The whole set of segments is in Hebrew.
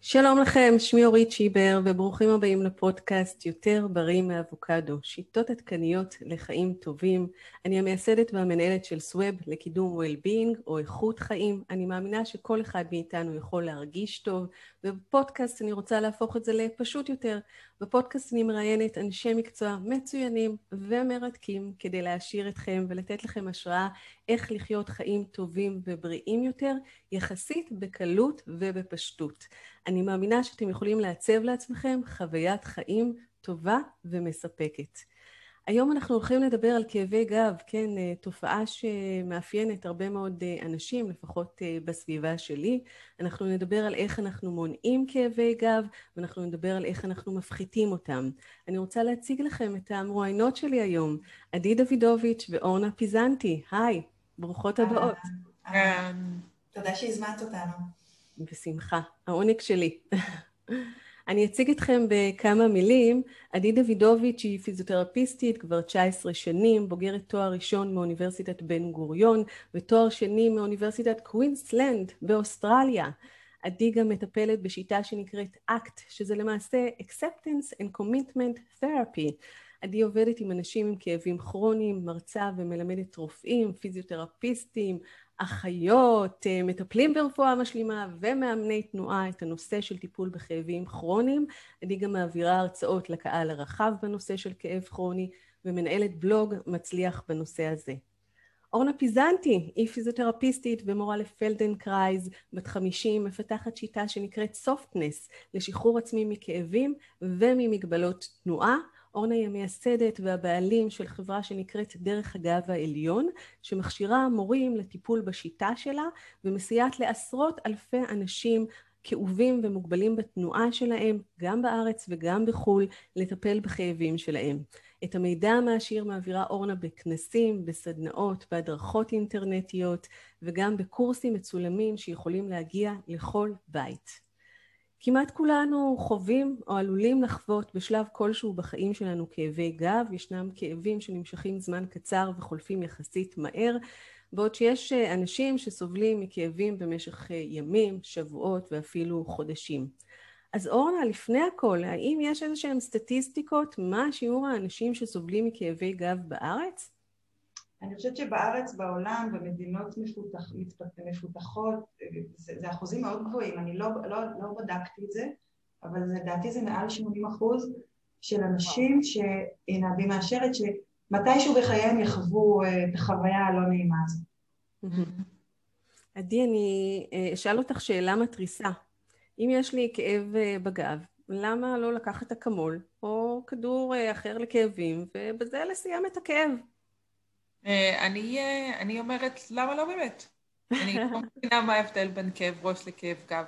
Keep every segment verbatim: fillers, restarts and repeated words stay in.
שלום לכם, שמי אורית שיבר וברוכים הבאים לפודקאסט יותר בריא מאבוקדו, שיטות עדכניות לחיים טובים. אני המייסדת והמנהלת של סווב לקידום well-being או איכות חיים. אני מאמינה שכל אחד מאיתנו יכול להרגיש טוב, ובפודקאסט אני רוצה להפוך את זה לפשוט יותר. בפודקאסט אני מראיינת אנשי מקצוע מצוינים ומרתקים כדי להעשיר אתכם ולתת לכם השראה איך לחיות חיים טובים ובריאים יותר, יחסית בקלות ובפשטות. אני מאמינה שאתם יכולים לעצב לעצמכם חוויית חיים טובה ומספקת. היום אנחנו הולכים לדבר על כאבי גב, כן, תופעה שמאפיינת הרבה מאוד אנשים, לפחות בסביבה שלי. אנחנו נדבר על איך אנחנו מונעים כאבי גב, ואנחנו נדבר על איך אנחנו מפחיתים אותם. אני רוצה להציג לכם את המרואיינות שלי היום, עדי דוידוביץ' ואורנה פיזנטי. היי, ברוכות הבאות. תודה שהזמנת אותנו. בשמחה, העונג שלי. אני אציג אתכם בכמה מילים. עדי דוידוביץ' היא פיזיותרפיסטית כבר תשע עשרה שנים, בוגרת תואר ראשון מאוניברסיטת בן גוריון ותואר שני מאוניברסיטת קווינסלנד באוסטרליה. עדי גם מטפלת בשיטה שנקראת אקט, שזה למעשה Acceptance and Commitment Therapy. עדי עובדת עם אנשים עם כאבים כרוניים, מרצה ומלמדת רופאים, פיזיותרפיסטים, אחיות, מטפלים ברפואה משלימה ומאמני תנועה את הנושא של טיפול בכאבים כרוניים. עדי גם מעבירה הרצאות לקהל הרחב בנושא של כאב כרוני ומנהלת בלוג מצליח בנושא הזה. אורנה פיזנטי היא פיזיותרפיסטית ומורה לפלדנקרייז, בת חמישים, מפתחת שיטה שנקראת סופטנס לשחרור עצמי מכאבים וממגבלות תנועה. אורנה היא המייסדת והבעלים של חברה שנקראת דרך הגב העליון, שמכשירה מורים לטיפול בשיטה שלה ומסייעת לעשרות אלפי אנשים כאובים ומוגבלים בתנועה שלהם, גם בארץ וגם בחול, לטפל בכאבים שלהם. את המידע המעשיר מעבירה אורנה בכנסים, בסדנאות, בהדרכות אינטרנטיות וגם בקורסים מצולמים שיכולים להגיע לכל בית. כמעט כולנו חווים או עלולים לחוות בשלב כלשהו בחיים שלנו כאבי גב. ישנם כאבים שנמשכים זמן קצר וחולפים יחסית מהר, בעוד שיש אנשים שסובלים מכאבים במשך ימים, שבועות ואפילו חודשים. אז אורנה, לפני הכל, האם יש איזשהם סטטיסטיקות מה שיעור האנשים שסובלים מכאבי גב בארץ? אני חושבת שבארץ, בעולם, במדינות מפותח, מפותחות, זה, זה אחוזים מאוד גבוהים. אני לא, לא, לא בדקתי את זה, אבל לדעתי זה מעל שמונים אחוז של אנשים שהנה, בי מאשרת שמתישהו בחייהם יחוו את החוויה הלא נעימה הזאת. עדי, אני אשאל אותך שאלה מטריסה. אם יש לי כאב בגב, למה לא לקחת אקמול או כדור אחר לכאבים ובזה לסיים את הכאב? אני, אני אומרת, למה לא באמת? אני לא מבינה מה ההבדל בין כאב ראש לכאב גב.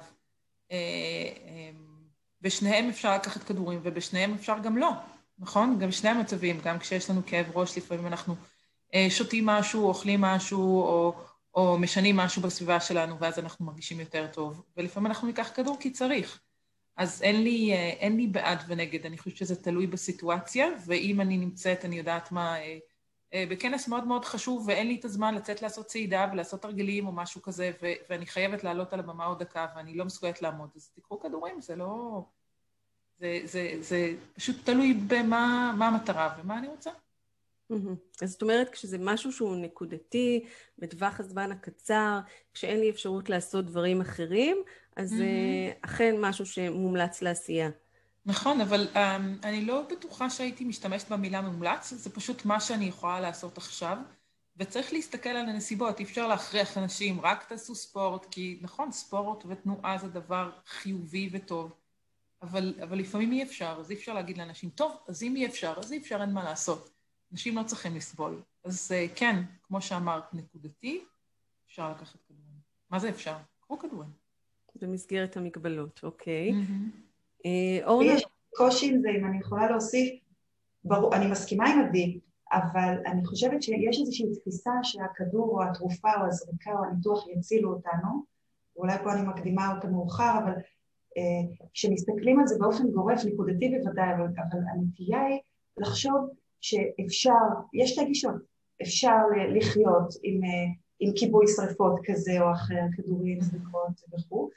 בשניהם אפשר לקחת כדורים, ובשניהם אפשר גם לא, נכון? גם בשני המצבים, גם כשיש לנו כאב ראש, לפעמים אנחנו שותים משהו, אוכלים משהו, או, או משנים משהו בסביבה שלנו, ואז אנחנו מרגישים יותר טוב. ולפעמים אנחנו ניקח כדור כי צריך. אז אין לי, אין לי בעד ונגד, אני חושבת שזה תלוי בסיטואציה, ואם אני נמצאת, אני יודעת מה... בכנס מאוד מאוד חשוב, ואין לי את הזמן לצאת לעשות צעידה ולעשות תרגילים או משהו כזה, ו- ואני חייבת לעלות על הבמה עוד דקה, ואני לא מסוגלת לעמוד. אז תיקחו כדורים, זה לא... זה, זה, זה פשוט תלוי במה מה המטרה ומה אני רוצה. אז זאת אומרת, כשזה משהו שהוא נקודתי, בטווח הזמן הקצר, כשאין לי אפשרות לעשות דברים אחרים, אז זה אכן משהו שמומלץ לעשייה. נכון, אבל um, אני לא בטוחה שהייתי משתמשת במילה מומלץ, זה פשוט מה שאני יכולה לעשות עכשיו, וצריך להסתכל על הנסיבות, אי אפשר להכריח אנשים, רק תעשו ספורט, כי נכון, ספורט ותנועה זה דבר חיובי וטוב, אבל, אבל לפעמים אי אפשר, אז אי אפשר להגיד לאנשים, טוב, אז אם אי אפשר, אז אי אפשר, אין מה לעשות. אנשים לא צריכים לסבול. אז כן, כמו שאמרת, נקודתי, אפשר לקחת כדורים. מה זה אפשר? קחו כדורים. במסגרת המגבלות, אוקיי. Mm-hmm. אורנה... יש קושי עם זה, אם אני יכולה להוסיף, ברור, אני מסכימה עם עדי, אבל אני חושבת שיש איזושהי תפיסה שהכדור או התרופה או הזריקה או הניתוח יצילו אותנו, ואולי פה אני מקדימה אותה מאוחר, אבל אה, כשמסתכלים על זה באופן גורף, נקודתי בוודאי, אבל, אבל הנטייה היא לחשוב שאפשר, יש שתי גישות, אפשר לחיות עם, עם כיבוי שריפות כזה או אחר, כדורים, זריקות וכו',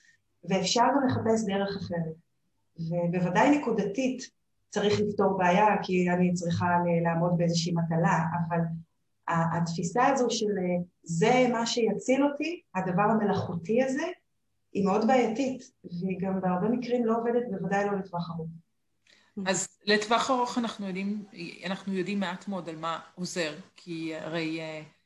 ואפשר גם לחפש דרך אחרת. ובוודאי נקודתית צריך לפתור בעיה, כי אני צריכה לעמוד באיזושהי מטלה, אבל התפיסה הזו של זה מה שיציל אותי, הדבר המלאכותי הזה, היא מאוד בעייתית, והיא גם בהרבה מקרים לא עובדת, בוודאי לא לטווח ארוך. אז לטווח ארוך אנחנו יודעים, אנחנו יודעים מעט מאוד על מה עוזר, כי הרי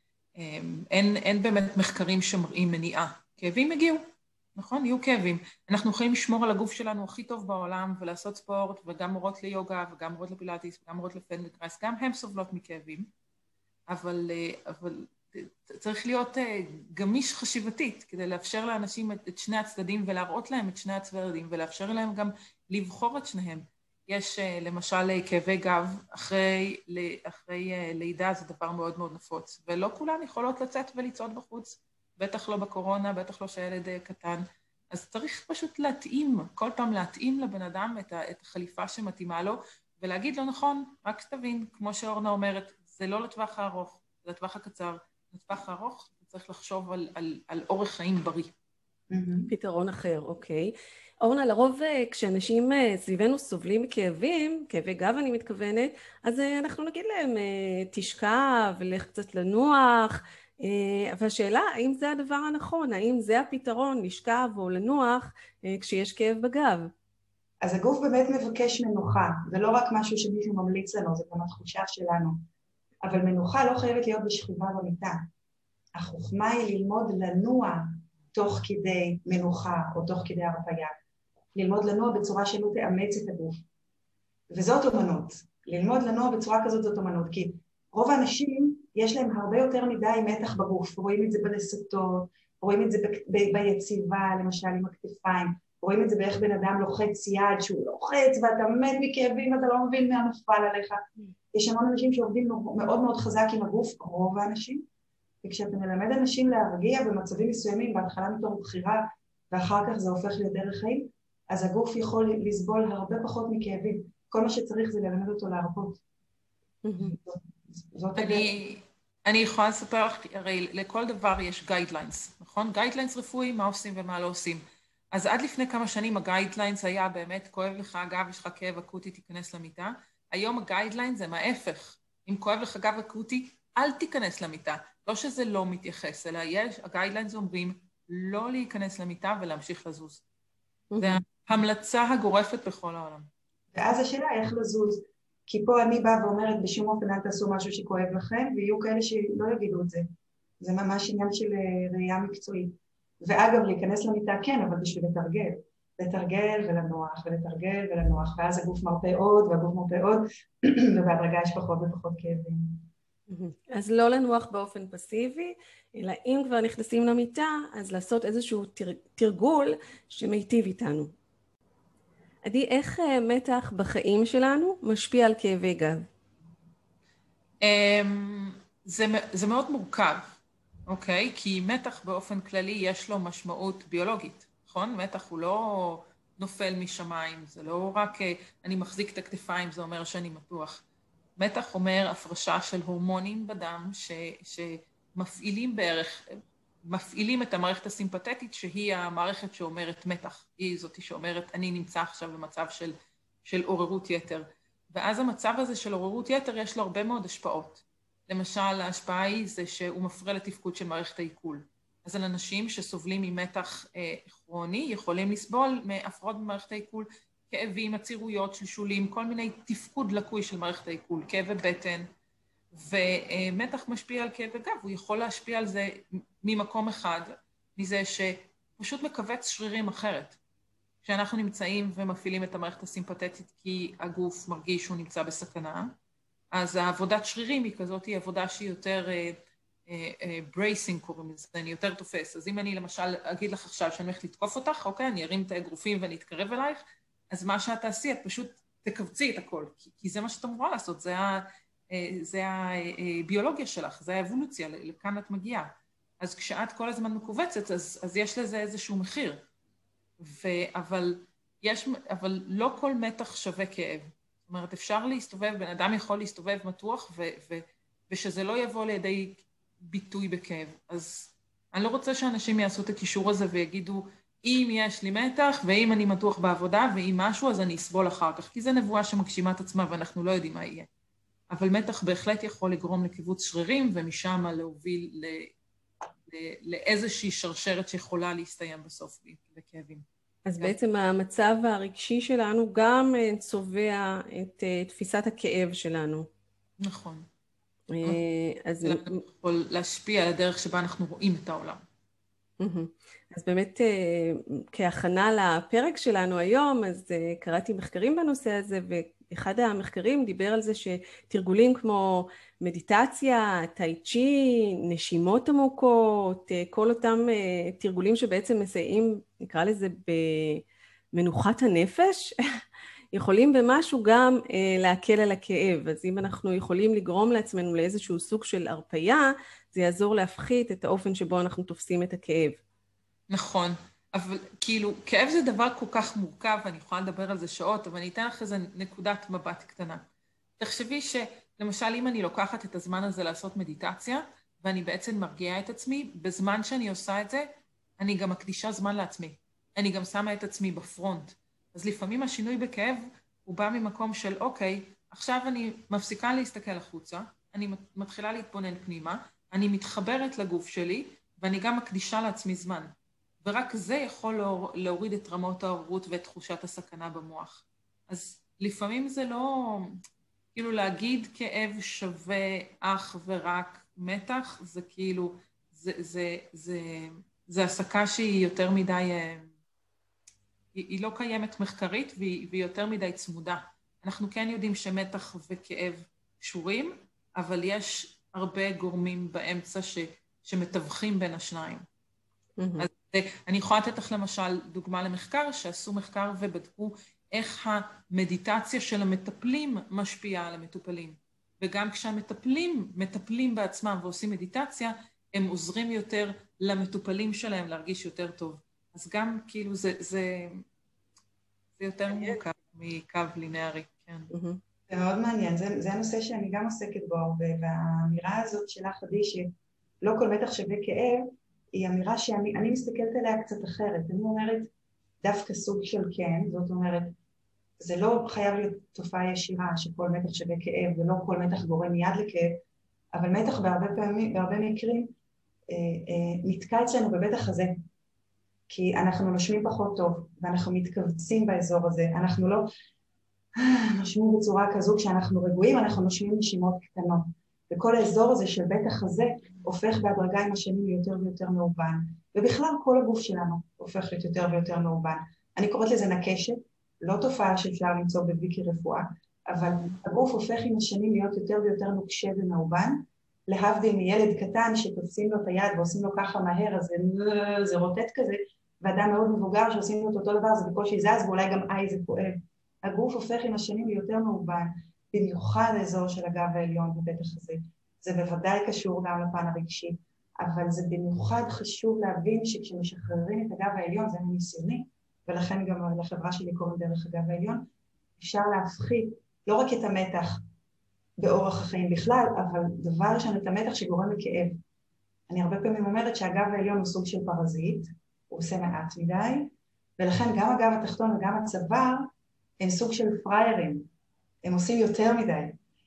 אין, אין באמת מחקרים שמראים מניעה. כאבים הגיעו, נכון? יהיו כאבים. אנחנו יכולים לשמור על הגוף שלנו הכי טוב בעולם, ולעשות ספורט, וגם מורות ליוגה, וגם מורות לפילאטיס, וגם מורות לפנדקרייס, גם הם סובלות מכאבים, אבל, אבל צריך להיות גמיש חשיבתית, כדי לאפשר לאנשים את שני הצדדים, ולהראות להם את שני הצדדים, ולאפשר להם גם לבחור את שניהם. יש למשל כאבי גב, אחרי, אחרי לידה זה דבר מאוד מאוד נפוץ, ולא כולן יכולות לצאת ולצעוד בחוץ, בטח לא בקורונה, בטח לא שהילד קטן, אז צריך פשוט להתאים, כל פעם להתאים לבן אדם את, ה, את החליפה שמתאימה לו, ולהגיד לו נכון, רק שתבין, כמו שאורנה אומרת, זה לא לטווח הארוך, זה לטווח הקצר, לטווח הארוך, צריך לחשוב על, על, על אורח חיים בריא. פתרון אחר, אוקיי. אורנה, לרוב כשאנשים סביבנו סובלים מכאבים, כאבי גב אני מתכוונת, אז אנחנו נגיד להם, תשכב ולך קצת לנוח, אבל השאלה, האם זה הדבר הנכון? האם זה הפתרון, לשכב או לנוח כשיש כאב בגב? אז הגוף באמת מבקש מנוחה, זה לא רק משהו שמישהו ממליץ לנו, זה גם התחושה שלנו. אבל מנוחה לא חייבת להיות בשכיבה במיטה. החוכמה היא ללמוד לנוע תוך כדי מנוחה או תוך כדי הרפאיה. ללמוד לנוע בצורה שלא תאמץ את הגוף. וזאת אומנות. ללמוד לנוע בצורה כזאת זאת אומנות, כי רוב האנשים יש להם הרבה יותר מדי מתח בגוף. רואים את זה בלסתות, רואים את זה ב- ב- ביציבה, למשל עם הכתפיים, רואים את זה באיך בן אדם לוחץ יד, שהוא לוחץ ואתה מת מכאבים ואתה לא מבין מה נפל עליך. יש המון אנשים שעובדים מאוד מאוד חזק עם הגוף, רוב האנשים, וכשאתה מלמד אנשים להרגיע במצבים מסוימים, בהתחלה מתוך בחירה, ואחר כך זה הופך להיות דרך חיים, אז הגוף יכול לסבול הרבה פחות מכאבים. כל מה שצריך זה ללמד אותו להרפות. אני, אני יכולה לספר לך, הרי לכל דבר יש גיידליינס, נכון? גיידליינס רפואי, מה עושים ומה לא עושים. אז עד לפני כמה שנים הגיידליינס היה באמת, כואב לך אגב, יש לך כאב אקוטי, תיכנס למיטה. היום הגיידליינס זה מההפך. אם כואב לך גב אקוטי, אל תיכנס למיטה. לא שזה לא מתייחס, אלא יש, הגיידליינס אומרים לא להיכנס למיטה ולהמשיך לזוז. זה ההמלצה הגורפת בכל העולם. ואז השאלה איך לזוז. כי פה אני באה ואומרת, בשום אופן אל תעשו משהו שכואב לכם, ויהיו כאלה שלא יגידו את זה. זה ממש עניין של ראייה מקצועית. ואגב, להיכנס למיטה כן, אבל בשביל לתרגל. לתרגל ולנוח, ולתרגל ולנוח, ואז הגוף מרפא עוד, והגוף מרפא עוד, ובהדרגה יש פחות ופחות כאבים. אז לא לנוח באופן פסיבי, אלא אם כבר נכנסים למיטה, אז לעשות איזשהו תרגול שמיטיב איתנו. עדי, איך מתח בחיים שלנו משפיע על כאבי גב? זה, זה מאוד מורכב, אוקיי? כי מתח באופן כללי יש לו משמעות ביולוגית, נכון? מתח הוא לא נופל משמיים, זה לא רק אני מחזיק את הכתפיים, זה אומר שאני מתוח. מתח אומר הפרשה של הורמונים בדם ש, שמפעילים בערך, מפעילים את המערכת הסימפתטית שהיא המערכת שאומרת מתח, היא זאת שאומרת אני נמצא עכשיו במצב של, של עוררות יתר. ואז המצב הזה של עוררות יתר יש לו הרבה מאוד השפעות. למשל ההשפעה היא זה שהוא מפריע לתפקוד של מערכת העיכול. אז על אנשים שסובלים ממתח אה, כרוני יכולים לסבול מהפרעות במערכת העיכול, כאבים, עצירויות, שלשולים, כל מיני תפקוד לקוי של מערכת העיכול, כאבי בטן, ומתח משפיע על כאבי גב, הוא יכול להשפיע על זה ממקום אחד, מזה שפשוט מכווץ שרירים אחרת. כשאנחנו נמצאים ומפעילים את המערכת הסימפתטית כי הגוף מרגיש שהוא נמצא בסכנה, אז העבודת שרירים היא כזאת, היא עבודה שהיא יותר ברייסינג קוראים לזה, אני יותר תופס. אז אם אני למשל אגיד לך עכשיו שאני הולכת לתקוף אותך, אוקיי, אני ארים את האגרופים ואני אתקרב אלייך, אז מה שאת תעשי, את פשוט תכווצי את הכל, כי, כי זה מה שאת אמורה לעשות, זה, ה, זה הביולוגיה שלך, זה האבולוציה, לכאן את מגיעה. אז כשאת כל הזמן מכווצת, אז, אז יש לזה איזשהו מחיר. ו, אבל, יש, אבל לא כל מתח שווה כאב. זאת אומרת, אפשר להסתובב, בן אדם יכול להסתובב מתוח, ו, ו, ושזה לא יבוא לידי ביטוי בכאב. אז אני לא רוצה שאנשים יעשו את הקישור הזה ויגידו, אם יש לי מתח, ואם אני מתוח בעבודה, ואם משהו, אז אני אסבול אחר כך, כי זו נבואה שמגשימה את עצמה, ואנחנו לא יודעים מה יהיה. אבל מתח בהחלט יכול לגרום לקיבוץ שרירים, ומשם להוביל ל... לאיזושהי שרשרת שיכולה להסתיים בסוף בכאבים. אז בעצם המצב הרגשי שלנו גם צובע את תפיסת הכאב שלנו. נכון. אז זה יכול להשפיע על הדרך שבה אנחנו רואים את העולם. אז באמת כהכנה לפרק שלנו היום, אז קראתי מחקרים בנושא הזה, ואחד המחקרים דיבר על זה שתרגולים כמו מדיטציה, טאי צ'י, נשימות עמוקות, כל אותם תרגולים שבעצם מסייעים, נקרא לזה במנוחת הנפש, יכולים במשהו גם להקל על הכאב. אז אם אנחנו יכולים לגרום לעצמנו לאיזשהו סוג של הרפיה, זה יעזור להפחית את האופן שבו אנחנו תופסים את הכאב. נכון, אבל כאילו, כאב זה דבר כל כך מורכב, ואני יכולה לדבר על זה שעות, אבל אני אתן לך איזה נקודת מבט קטנה. תחשבי שלמשל, אם אני לוקחת את הזמן הזה לעשות מדיטציה, ואני בעצם מרגיעה את עצמי, בזמן שאני עושה את זה, אני גם מקדישה זמן לעצמי. אני גם שמה את עצמי בפרונט. אז לפעמים השינוי בכאב הוא בא ממקום של, אוקיי, עכשיו אני מפסיקה להסתכל החוצה, אני מתחילה להתבונן פנימה, אני מתחברת לגוף שלי, ואני גם מקדישה לעצמי זמן. ורק זה יכול להוריד את רמות העוררות ואת תחושת הסכנה במוח. אז לפעמים זה לא, כאילו להגיד כאב שווה אך ורק מתח, זה כאילו, זה, זה, זה, זה הסקה שהיא יותר מדי, היא, היא לא קיימת מחקרית והיא, והיא יותר מדי צמודה. אנחנו כן יודעים שמתח וכאב קשורים, אבל יש הרבה גורמים באמצע ש, שמתווכים בין השניים. Mm-hmm. אז אני יכולה לתת לך למשל דוגמה למחקר, שעשו מחקר ובדקו איך המדיטציה של המטפלים משפיעה על המטופלים. וגם כשהמטפלים מטפלים בעצמם ועושים מדיטציה, הם עוזרים יותר למטופלים שלהם להרגיש יותר טוב. אז גם כאילו זה, זה, זה יותר מורכב מקו לינארי, כן. זה מאוד מעניין, זה, זה הנושא שאני גם עוסקת בו הרבה, והאמירה הזאת שלך עדי שלא כל מתח שווה כאב, היא אמירה שאני אני מסתכלת עליה קצת אחרת. אני אומרת דווקא סוג של כן, זאת אומרת, זה לא חייב להיות תופעה ישירה שכל מתח שווה כאב, ולא כל מתח גורם מיד לכאב, אבל מתח בהרבה פעמים, בהרבה מקרים, אה, אה, נתקע אצלנו בבטח הזה, כי אנחנו נושמים פחות טוב, ואנחנו מתכווצים באזור הזה, אנחנו לא נושמים בצורה כזו, כשאנחנו רגועים, אנחנו נושמים נשימות קטנות, וכל האזור הזה של בטח הזה הופך בהדרגה עם השנים ליותר ויותר מאובן, ובכלל כל הגוף שלנו הופך להיות יותר ויותר מאובן. אני קוראת לזה נקשת, לא תופעה שאפשר למצוא בוויקי רפואה, אבל הגוף הופך עם השנים להיות יותר ויותר נוקשה ומאובן, להבדיל מילד קטן שתופסים לו את היד ועושים לו ככה מהר, אז זה, זה רוטט כזה, ואדם מאוד מבוגר שעושים לו את אותו דבר, זה בקושי זז, ואולי גם איי זה כואב. הגוף הופך עם השנים ליותר מאובן, במיוחד האזור של הגב העליון בבטח הזה. זה בוודאי קשור גם לפן הרגשי, אבל זה במיוחד חשוב להבין שכשמשחררים את הגב העליון, זה ניסיוני, ולכן גם לחברה שלי קוראים דרך הגב העליון, אפשר להפחית לא רק את המתח באורח החיים בכלל, אבל דבר ראשון את המתח שגורם לכאב. אני הרבה פעמים אומרת שהגב העליון הוא סוג של פרזיט, הוא עושה מעט מדי, ולכן גם הגב התחתון וגם הצוואר הם סוג של פריירים, הם עושים יותר מדי.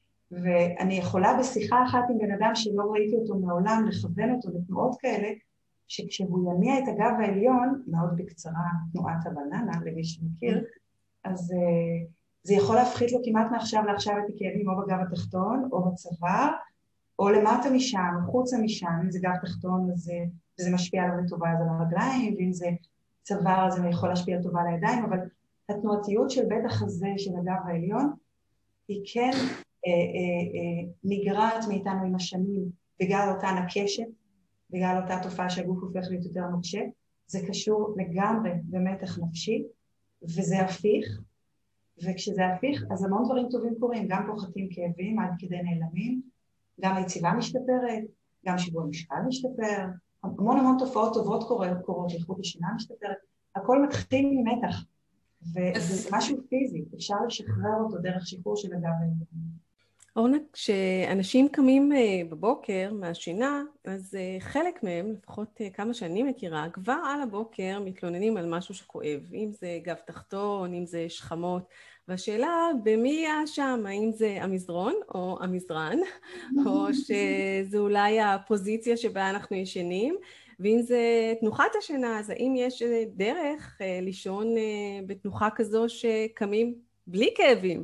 ואני יכולה בשיחה אחת עם בן אדם שלא ראיתי אותו מעולם, לכוון אותו לתנועות כאלה, שכשהוא יניע את הגב העליון, מאוד בקצרה תנועת הבננה, למי שמכיר, אז uh, זה יכול להפחית לו כמעט מעכשיו לעכשיו את הכאבים או בגב התחתון, או בצוואר, או למטה משם, או חוצה משם, אם זה גב תחתון, אז זה משפיע עליו לטובה אז על הרגליים, ואם זה צוואר, אז זה יכול להשפיע לטובה על הידיים, אבל התנועתיות של בית החזה של הגב העליון, היא כן אה, אה, אה, נגרעת מאיתנו עם השנים, בגלל אותה נקשת, בגלל אותה תופעה שהגוף הופך להיות יותר נוקשה, זה קשור לגמרי במתח נפשי, וזה הפיך, וכשזה הפיך, אז המון דברים טובים קורים, גם פוחתים כאבים עד כדי נעלמים, גם היציבה משתפרת, גם שיווי משקל משתפר, המון המון תופעות טובות קורות, קורות, איכות השינה משתפרת, הכל מתחיל ממתח, וזה משהו פיזי, אפשר לשחרר אותו דרך שחרור של הגב העליון. אורנה, כשאנשים קמים בבוקר מהשינה, אז חלק מהם, לפחות כמה שאני מכירה, כבר על הבוקר מתלוננים על משהו שכואב, אם זה גב תחתון, אם זה שכמות, והשאלה במי האשם, האם זה המזרון או המזרן, או שזה אולי הפוזיציה שבה אנחנו ישנים, ואם זה תנוחת השינה, אז האם יש דרך לישון בתנוחה כזו שקמים בלי כאבים?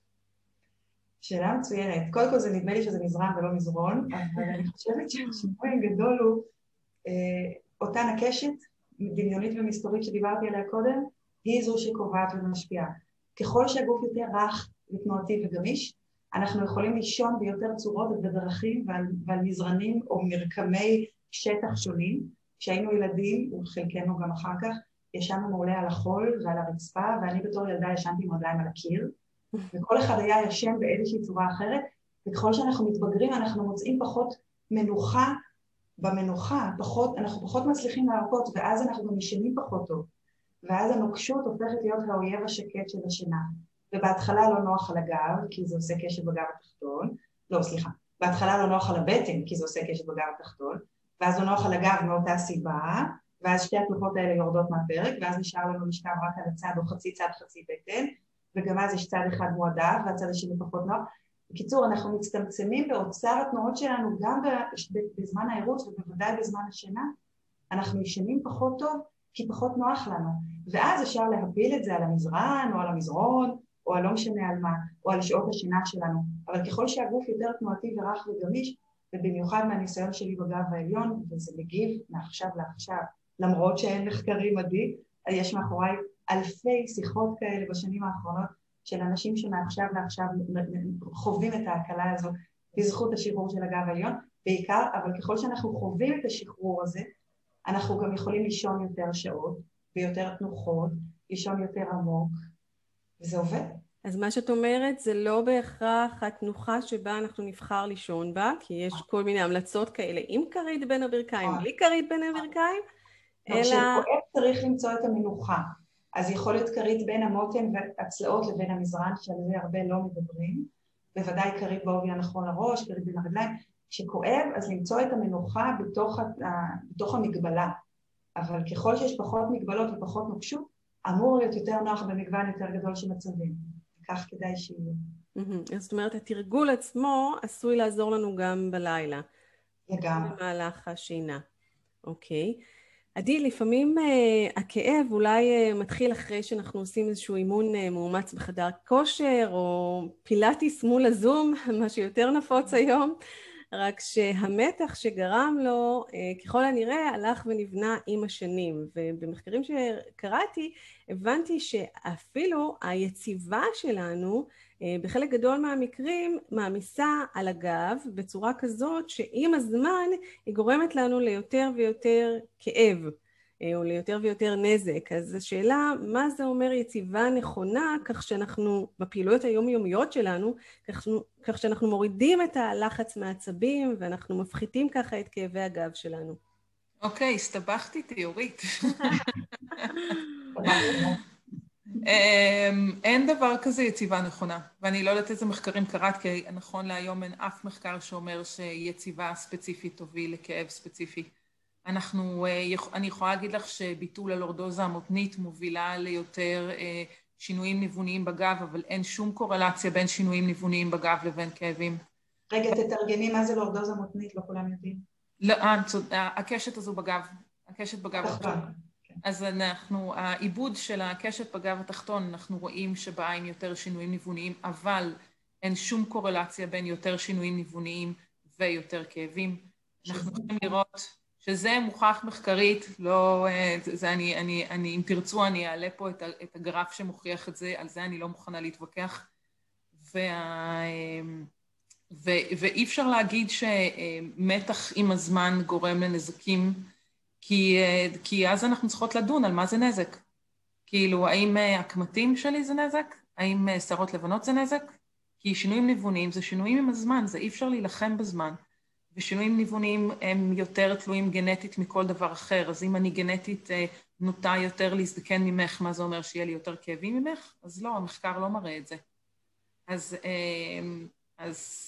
שאלה מצוינת. קודם כל זה נדמה לי שזה מזרן ולא מזרון, אבל אני חושבת שהשינוי הגדול הוא אותן הקשת, דמיונית ומסתורית שדיברתי עליה קודם, היא זו שקובעת ומשפיעה. ככל שהגוף יותר רך ותנועתי וגמיש, אנחנו יכולים לישון ביותר צורות ובדרכים ועל, ועל מזרנים או מרקמי שטח שונים. כשהיינו ילדים, וחלקנו גם אחר כך, ישנו מעולה על החול ועל הרצפה, ואני בתור ילדה ישנתי עם רגליים על הקיר, וכל אחד היה ישן באיזושהי צורה אחרת, וככל שאנחנו מתבגרים אנחנו מוצאים פחות מנוחה במנוחה, פחות, אנחנו פחות מצליחים להרפות, ואז אנחנו גם ישנים פחות טוב. ואז הנוקשות הופכת להיות האויב השקט של השינה. ובהתחלה לא נוח על הגב, כי זה עושה קשת בגב התחתון. לא, סליחה. בהתחלה לא נוח על הבטן, כי זה עושה קשת בגב התחתון. ואז לא נוח על הגב מאותה סיבה, ואז שתי התנוחות האלה יורדות מהפרק, ואז נשאר לנו משכב רק על הצד או חצי צד חצי בטן, וגם אז יש צד אחד מועדף, והצד השני פחות נוח. בקיצור, אנחנו מצטמצמים באוצר התנועות שלנו, גם בזמן העירות ובוודאי בזמן השינה, אנחנו ישנים פחות טוב, כי פחות נוח לנו. ואז אפשר להפיל את זה על המזרן, או על המזרון, או על לא משנה על מה, או על שעות השינה שלנו. אבל ככל שהגוף יותר תנועתי ורך וגמיש, ובמיוחד מהניסיון שלי בגב העליון, וזה מגיב מעכשיו לעכשיו, למרות שאין מחקרים עדי, יש מאחוריי אלפי שיחות כאלה בשנים האחרונות, של אנשים שמעכשיו לעכשיו חווים את ההקלה הזו, בזכות השחרור של הגב העליון, בעיקר, אבל ככל שאנחנו חווים את השחרור הזה, אנחנו גם יכולים לישון יותר שעות, ויותר תנוחות, לישון יותר עמוק, וזה עובד. אז מה שאת אומרת, זה לא בהכרח התנוחה שבה אנחנו נבחר לישון בה, כי יש כל מיני המלצות כאלה, עם כרית בין הברכיים, בלי כרית בין הברכיים, אלא... כשכואב צריך למצוא את המנוחה. אז יכול להיות כרית בין המותן והצלעות לבין המזרן, שעל זה הרבה לא מדברים, בוודאי כרית בעובי הנכון לראש, כרית בין הרגליים. כשכואב, אז למצוא את המנוחה בתוך, בתוך המגבלה. אבל ככל שיש פחות מגבלות ופחות נוקשות, אמור להיות יותר נוח במגוון יותר גדול של מצבים. כך כדאי שיהיה. זאת אומרת, התרגול עצמו עשוי לעזור לנו גם בלילה. לגמרי. במהלך השינה. אוקיי. עדי, לפעמים uh, הכאב אולי uh, מתחיל אחרי שאנחנו עושים איזשהו אימון uh, מאומץ בחדר כושר, או פילאטיס מול הזום, מה שיותר נפוץ היום, רק שהמתח שגרם לו, uh, ככל הנראה, הלך ונבנה עם השנים. ובמחקרים שקראתי, הבנתי שאפילו היציבה שלנו, בחלק גדול מהמקרים מעמיסה על הגב בצורה כזאת שעם הזמן היא גורמת לנו ליותר ויותר כאב או ליותר ויותר נזק. אז השאלה, מה זה אומר יציבה נכונה, כך שאנחנו בפעילויות היומיומיות שלנו, כך, כך שאנחנו מורידים את הלחץ מהעצבים ואנחנו מפחיתים ככה את כאבי הגב שלנו. אוקיי, הסתבכתי תיאורית. אין דבר כזה יציבה נכונה, ואני לא יודעת איזה מחקרים קראת, כי נכון להיום אין אף מחקר שאומר שיציבה ספציפית תוביל לכאב ספציפי. אנחנו, אני יכולה להגיד לך שביטול הלורדוזה המותנית מובילה ליותר שינויים ניווניים בגב, אבל אין שום קורלציה בין שינויים ניווניים בגב לבין כאבים. רגע, תתרגמי מה זה לורדוזה מותנית, לא כולם יודעים. לא, הקשת הזו בגב, הקשת בגב התחתון. אז אנחנו, העיבוד של הקשת בגב התחתון, אנחנו רואים שבאה עם יותר שינויים ניווניים, אבל אין שום קורלציה בין יותר שינויים ניווניים ויותר כאבים. אנחנו יכולים לראות שזה מוכח מחקרית, לא, זה אני, אני, אני, אם תרצו, אני אעלה פה את, את הגרף שמוכיח את זה, על זה אני לא מוכנה להתווכח. וה, ו, ואי אפשר להגיד שמתח עם הזמן גורם לנזקים, כי, כי אז אנחנו צריכות לדון על מה זה נזק. כאילו, האם הקמטים שלי זה נזק? האם שערות לבנות זה נזק? כי שינויים ניווניים זה שינויים עם הזמן, זה אי אפשר להילחם בזמן. ושינויים ניווניים הם יותר תלויים גנטית מכל דבר אחר. אז אם אני גנטית נוטה יותר להזדקן ממך, מה זה אומר שיהיה לי יותר כאבים ממך? אז לא, המחקר לא מראה את זה. אז אז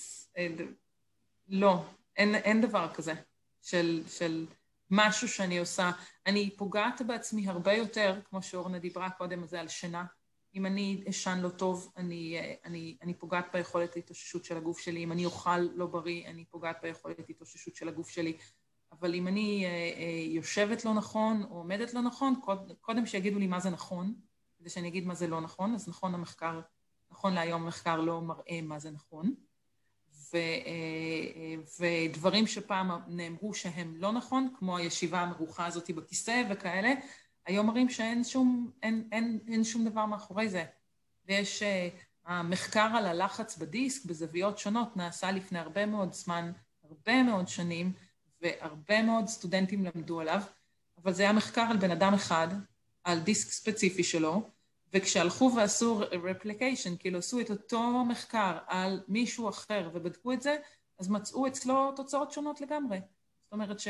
לא, אין, אין דבר כזה של, של משהו שאני עושה. אני פוגעת בעצמי הרבה יותר, כמו שאורנה דיברה קודם, זה על שינה. אם אני אשן לא טוב, אני, אני, אני פוגעת ביכולת ההתאוששות של הגוף שלי. אם אני אוכל לא בריא, אני פוגעת ביכולת ההתאוששות של הגוף שלי. אבל אם אני אה, אה, יושבת לא נכון או עומדת לא נכון, קוד, קודם שיגידו לי מה זה נכון, כדי שאני אגיד מה זה לא נכון, אז נכון המחקר, נכון להיום המחקר לא מראה מה זה נכון. ו, אה, ודברים שפעם נאמרו שהם לא נכון, כמו הישיבה המרוחה הזאת בכיסא וכאלה, היום מראים שאין שום, אין, אין, אין שום דבר מאחורי זה. ויש, uh, המחקר על הלחץ בדיסק בזוויות שונות נעשה לפני הרבה מאוד זמן, הרבה מאוד שנים, והרבה מאוד סטודנטים למדו עליו, אבל זה היה מחקר על בן אדם אחד, על דיסק ספציפי שלו, וכשהלכו ועשו replication, כאילו עשו את אותו מחקר על מישהו אחר ובדקו את זה, אז מצאו אצלו תוצאות שונות לגמרי. זאת אומרת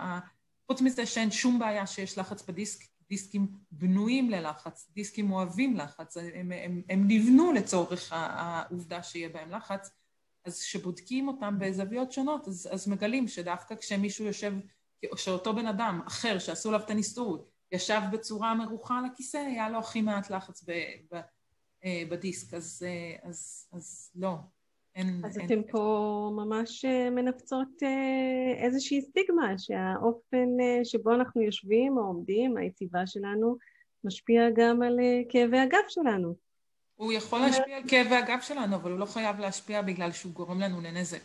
שחוץ מזה שאין שום בעיה שיש לחץ בדיסק, דיסקים בנויים ללחץ, דיסקים אוהבים לחץ, הם, הם, הם נבנו לצורך העובדה שיהיה בהם לחץ, אז שבודקים אותם בזוויות שונות, אז, אז מגלים שדווקא כשמישהו יושב, שאותו בן אדם אחר שעשו עליו את הניסוי, ישב בצורה מרוחה על הכיסא, היה לו הכי מעט לחץ ב, ב, בדיסק, אז, אז, אז לא. אין, אז אין אתם אין... פה ממש מנפצות איזושהי סטיגמה, שהאופן שבו אנחנו יושבים או עומדים, היציבה שלנו, משפיע גם על כאבי הגב שלנו. הוא יכול להשפיע על כאבי הגב שלנו, אבל הוא לא חייב להשפיע בגלל שהוא גורם לנו לנזק.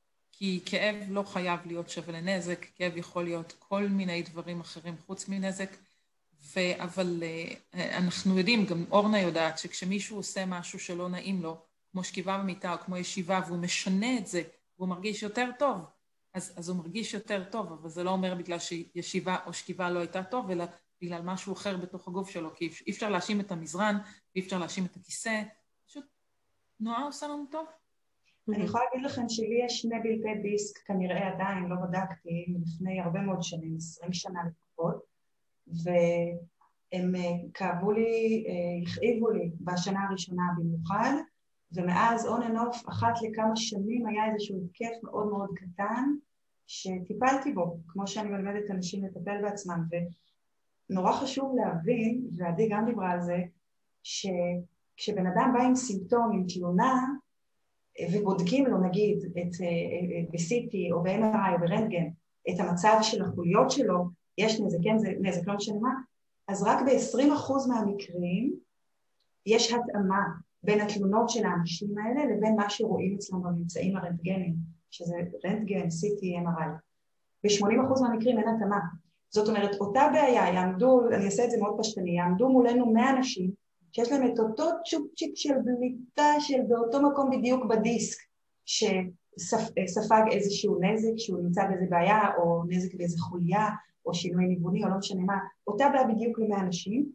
כי כאב לא חייב להיות שווה לנזק, כאב יכול להיות כל מיני דברים אחרים חוץ מנזק, ו... אבל אנחנו יודעים, גם אורנה יודעת, שכשמישהו עושה משהו שלא נעים לו, כמו שכיבה במיטה או כמו ישיבה, והוא משנה את זה, והוא מרגיש יותר טוב, אז, אז הוא מרגיש יותר טוב, אבל זה לא אומר בגלל שישיבה או שכיבה לא הייתה טוב, אלא בגלל משהו אחר בתוך הגוף שלו, כי אי אפשר להאשים את המזרן, ואי אפשר להאשים את הכיסא, פשוט תנועה עושה לנו טוב. אני יכולה להגיד לכם שלי יש שני בלטי דיסק, כנראה עדיין, לא בדקתי, לפני הרבה מאוד שנים, עשרים שנה לפחות, והם כאבו לי, הכאיבו לי בשנה הראשונה במיוחד, ומאז on and off, אחת לכמה שנים היה איזשהו כיף מאוד מאוד קטן, שטיפלתי בו, כמו שאני מלמדת אנשים לטפל בעצמם, ונורא חשוב להבין, ועדי גם דיברה על זה, שכשבן אדם בא עם סימפטום, עם תלונה, ובודקים לו נגיד ב-סי טי או ב-אם אר איי או ברנטגן את המצב של החוליות שלו, יש נזק, כן, זה נזק, לא משנה מה, אז רק ב-עשרים אחוז מהמקרים יש התאמה בין התלונות של האנשים האלה לבין מה שרואים אצלם בממצאים הרנטגנים, שזה רנטגן, סי טי, אם אר איי. ב-שמונים אחוז מהמקרים אין התאמה. זאת אומרת, אותה בעיה, יעמדו, אני אעשה את זה מאוד פשטני, יעמדו מולנו מאה אנשים, שיש להם את אותו צ'ופצ'יק של בליטה של באותו מקום בדיוק בדיסק, שספג איזשהו נזק, שהוא נמצא באיזה בעיה, או נזק באיזה חוליה, או שינוי ניווני, או לא משנה מה, אותה בעיה בדיוק למאה אנשים,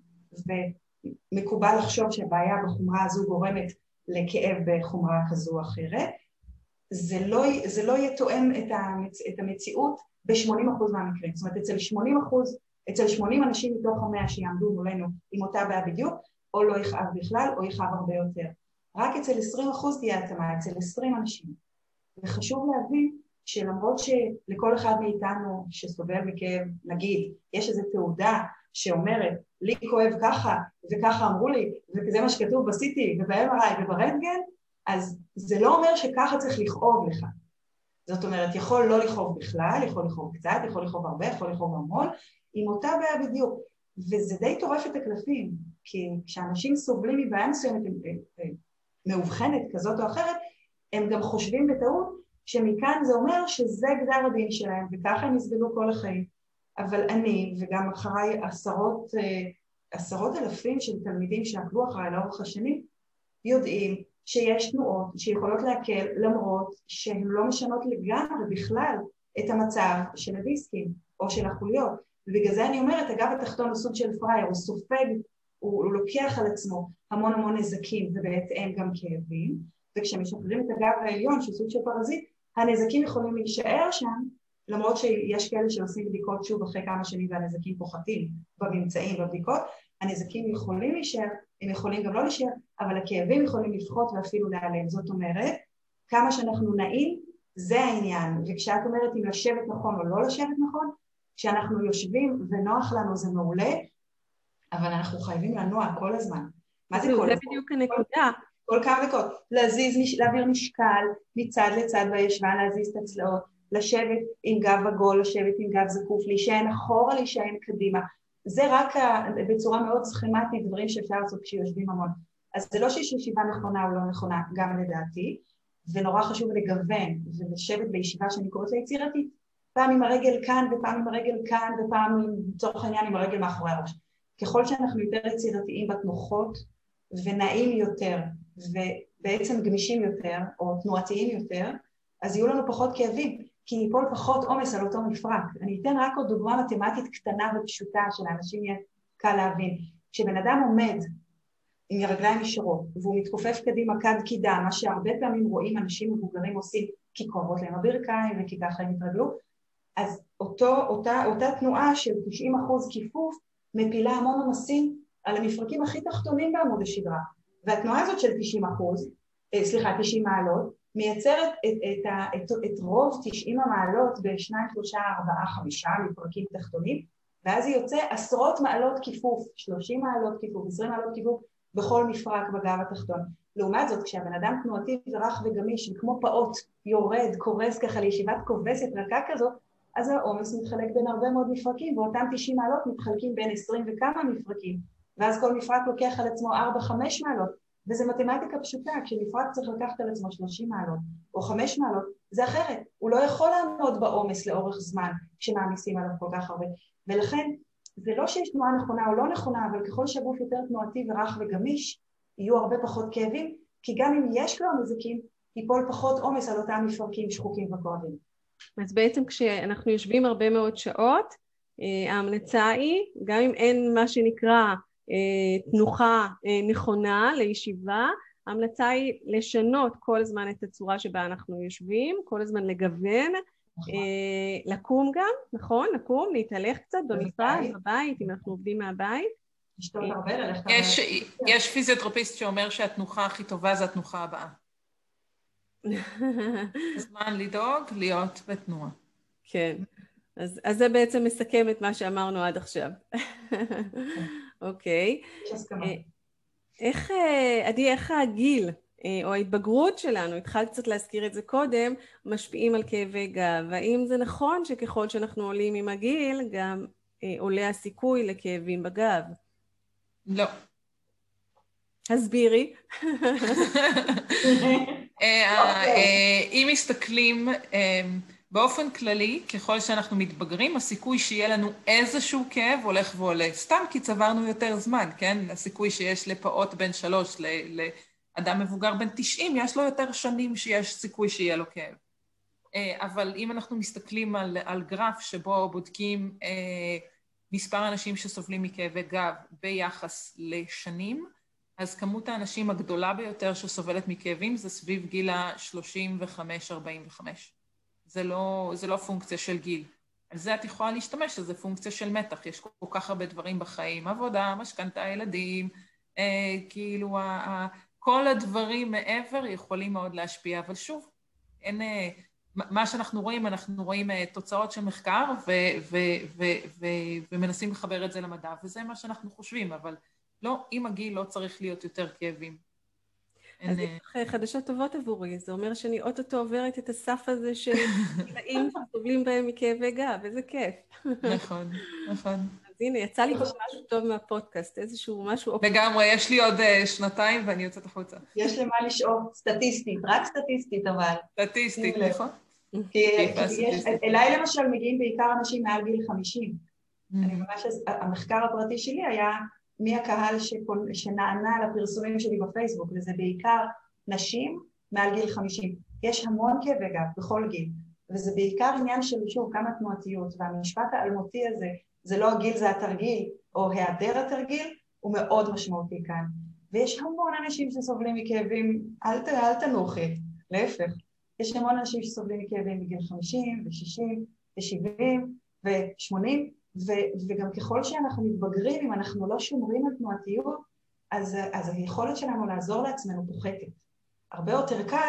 ומקובל לחשוב שהבעיה בחומרה הזו גורמת לכאב בחומרה כזו או אחרת, זה לא, זה לא יתואם את, המצ, את המציאות ב-שמונים אחוז מהמקרים, זאת אומרת, אצל שמונים אחוז, אצל שמונים אנשים מתוך המאה שיעמדו מולנו עם אותה בעיה בדיוק, או לא יכאב בכלל, או יכאב הרבה יותר. רק אצל עשרים אחוז תהיה התאמה, אצל עשרים אנשים. וחשוב להבין שלמרות שלכל אחד מאיתנו שסובל מכאב, נגיד, יש איזו תעודה שאומרת, לי כואב ככה, וככה אמרו לי, וזה מה שכתוב ב-סי טי וב-אם אר איי וברנטגן, אז זה לא אומר שככה צריך לכאוב לך. זאת אומרת, יכול לא לכאוב בכלל, יכול לכאוב קצת, יכול לכאוב הרבה, יכול לכאוב המון, עם אותה בעיה בדיוק. וזה די טורף את הקלפים, כי כשאנשים סובלים מבעיה מסוימת מאובחנת כזאת או אחרת, הם גם חושבים בטעות שמכאן זה אומר שזה גזר הדין שלהם, וככה הם יסבלו כל החיים. אבל אני, וגם אחריי עשרות, עשרות אלפים של תלמידים שעקבו אחריי לאורך השנים, יודעים שיש תנועות שיכולות להקל למרות שהן לא משנות לגמרי בכלל את המצב של הדיסקים או של החוליות. ובגלל זה אני אומרת, הגב התחתון הוא סוג של פרייר, הוא סופג, הוא, הוא לוקח על עצמו המון המון נזקים ובהתאם גם כאבים, וכשמשחררים את הגב העליון, שהוא סוג של פרזיט, הנזקים יכולים להישאר שם, למרות שיש כאלה שעושים בדיקות שוב אחרי כמה שנים והנזקים פוחתים בממצאים בבדיקות, הנזקים יכולים להישאר, הם יכולים גם לא להישאר, אבל הכאבים יכולים לפחות ואפילו להיעלם. זאת אומרת, כמה שאנחנו נעים, זה העניין. וכשאת אומרת אם לשבת נכון או לא לשבת נכון, כשאנחנו יושבים ונוח לנו זה מעולה, אבל אנחנו חייבים לנוע כל הזמן. מה זה כל הזמן? זה בדיוק הנקודה. כל כמה דקות, להזיז, להעביר משקל, מצד לצד בישבן, להזיז את הצלעות, לשבת עם גב עגול, לשבת עם גב זקוף, להישען אחורה, להישען קדימה. זה רק בצורה מאוד סכמטית, דברים שאפשר לעשות כשיושבים המון. אז זה לא שיש ישיבה נכונה או לא נכונה, גם לדעתי, ונורא חשוב לגוון ולשבת בישיבה שאני קוראת לה יצירתית. פעם עם הרגל כאן ופעם עם הרגל כאן ופעם לצורך העניין עם הרגל מאחורי הראש. ככל שאנחנו יותר יצירתיים בתנוחות ונעים יותר ובעצם גמישים יותר או תנועתיים יותר, אז יהיו לנו פחות כאבים, כי ניפול פחות עומס על אותו מפרק. אני אתן רק עוד דוגמה מתמטית קטנה ופשוטה שלאנשים יהיה קל להבין. כשבן אדם עומד עם הרגליים ישרות והוא מתכופף קדימה כד קידה, מה שהרבה פעמים רואים אנשים מבוגרים עושים כי כואבות להם הברכיים וכי ככה הם התרגלו, אז אותו, אותה, אותה תנועה של תשעים אחוז כיפוף מפילה המון עומסים על המפרקים הכי תחתונים בעמוד השדרה. והתנועה הזאת של תשעים אחוז, סליחה, תשעים מעלות, מייצרת את, את, את, את רוב תשעים המעלות בשניים, שלושה, ארבעה, חמישה מפרקים תחתונים, ואז היא יוצא עשרות מעלות כיפוף, שלושים מעלות כיפוף, עשרים מעלות כיפוף בכל מפרק בגב התחתון. לעומת זאת, כשהבן אדם תנועתי ורך וגמיש, כמו פעוט, יורד, קורס ככה לישיבת כובסת רכה כזאת, אז העומס מתחלק בין הרבה מאוד מפרקים, ואותם תשעים מעלות מתחלקים בין עשרים וכמה מפרקים, ואז כל מפרק לוקח על עצמו ארבע חמש מעלות, וזה מתמטיקה פשוטה, כשמפרק צריך לקחת על עצמו שלושים מעלות, או חמש מעלות, זה אחרת, הוא לא יכול לעמוד בעומס לאורך זמן, כשמעמיסים עליו כל כך הרבה, ולכן, זה לא שיש תנועה נכונה או לא נכונה, אבל ככל שהגוף יותר תנועתי ורך וגמיש, יהיו הרבה פחות כאבים, כי גם אם יש כבר נזקים, ייפול פחות עומס על אותם מפרקים שחוקים וכואבים. אז בעצם כשאנחנו יושבים הרבה מאוד שעות, ההמלצה היא, גם אם אין מה שנקרא תנוחה נכונה לישיבה, ההמלצה היא לשנות כל הזמן את הצורה שבה אנחנו יושבים, כל הזמן לגוון, נכון. לקום גם, נכון? לקום, להתהלך קצת במשרד, בבית, אם אנחנו עובדים מהבית. יש, יש פיזיותרפיסט שאומר שהתנוחה הכי טובה זה התנוחה הבאה. הזמן לדאוג, להיות בתנועה. כן, אז, אז זה בעצם מסכם את מה שאמרנו עד עכשיו. אוקיי. איך, עדי, איך הגיל או ההתבגרות שלנו, התחלת קצת להזכיר את זה קודם, משפיעים על כאבי גב? האם זה נכון שככל שאנחנו עולים עם הגיל, גם עולה הסיכוי לכאבים בגב? לא. הסבירי. אם מסתכלים באופן כללי, ככל שאנחנו מתבגרים, הסיכוי שיהיה לנו איזשהו כאב הולך ועולה. סתם כי צברנו יותר זמן, כן? הסיכוי שיש לפעוט בן שלוש, לאדם מבוגר בן תשעים, יש לו יותר שנים שיש סיכוי שיהיה לו כאב. אבל אם אנחנו מסתכלים על, על גרף שבו בודקים מספר אנשים שסובלים מכאבי גב ביחס לשנים, אז כמות האנשים הגדולה ביותר שסובלת מכאבים זה סביב גיל ה-שלושים וחמש ארבעים וחמש. זה לא, זה לא פונקציה של גיל. על זה את יכולה להשתמש, זה פונקציה של מתח. יש כל כך הרבה דברים בחיים, עבודה, משכנתה, ילדים, אה, כאילו, ה, ה, כל הדברים מעבר יכולים מאוד להשפיע, אבל שוב, אין, אה, מה שאנחנו רואים, אנחנו רואים אה, תוצאות של מחקר ו, ו, ו, ו, ומנסים לחבר את זה למדע, וזה מה שאנחנו חושבים, אבל לא, עם הגיל לא צריך להיות יותר כאבים. אז יש לך חדשות טובות עבורי, זה אומר שאני אוטוטו עוברת את הסף הזה של גילאים שסובלים בהם מכאבי גב, איזה כיף. נכון, נכון. אז הנה, יצא לי פה משהו טוב מהפודקאסט, איזשהו משהו... לגמרי, יש לי עוד שנתיים ואני יוצאת החוצה. יש למה לשאוף, סטטיסטית, רק סטטיסטית אבל. סטטיסטית, נכון. כי אליי למשל מגיעים בעיקר אנשים מעל גיל חמישים. אני ממש, המחקר הפרטי שלי היה... מי הקהל שנענה לפרסומים שלי בפייסבוק, וזה בעיקר נשים מעל גיל חמישים. יש המון כאבי גב בכל גיל, וזה בעיקר עניין של שוב כמה תנועתיות, והמשפט האלמותי הזה, זה לא הגיל זה התרגיל, או היעדר התרגיל, הוא מאוד משמעותי כאן. ויש המון אנשים שסובלים מכאבים, אל, אל תנוחי, להפך. יש המון אנשים שסובלים מכאבים בגיל חמישים, ו-שישים, ו-שבעים, ו-שמונים, ו- וגם ככל שאנחנו מתבגרים, אם אנחנו לא שומרים על תנועתיות, אז, אז היכולת שלנו לעזור לעצמנו פוחתת. הרבה יותר קל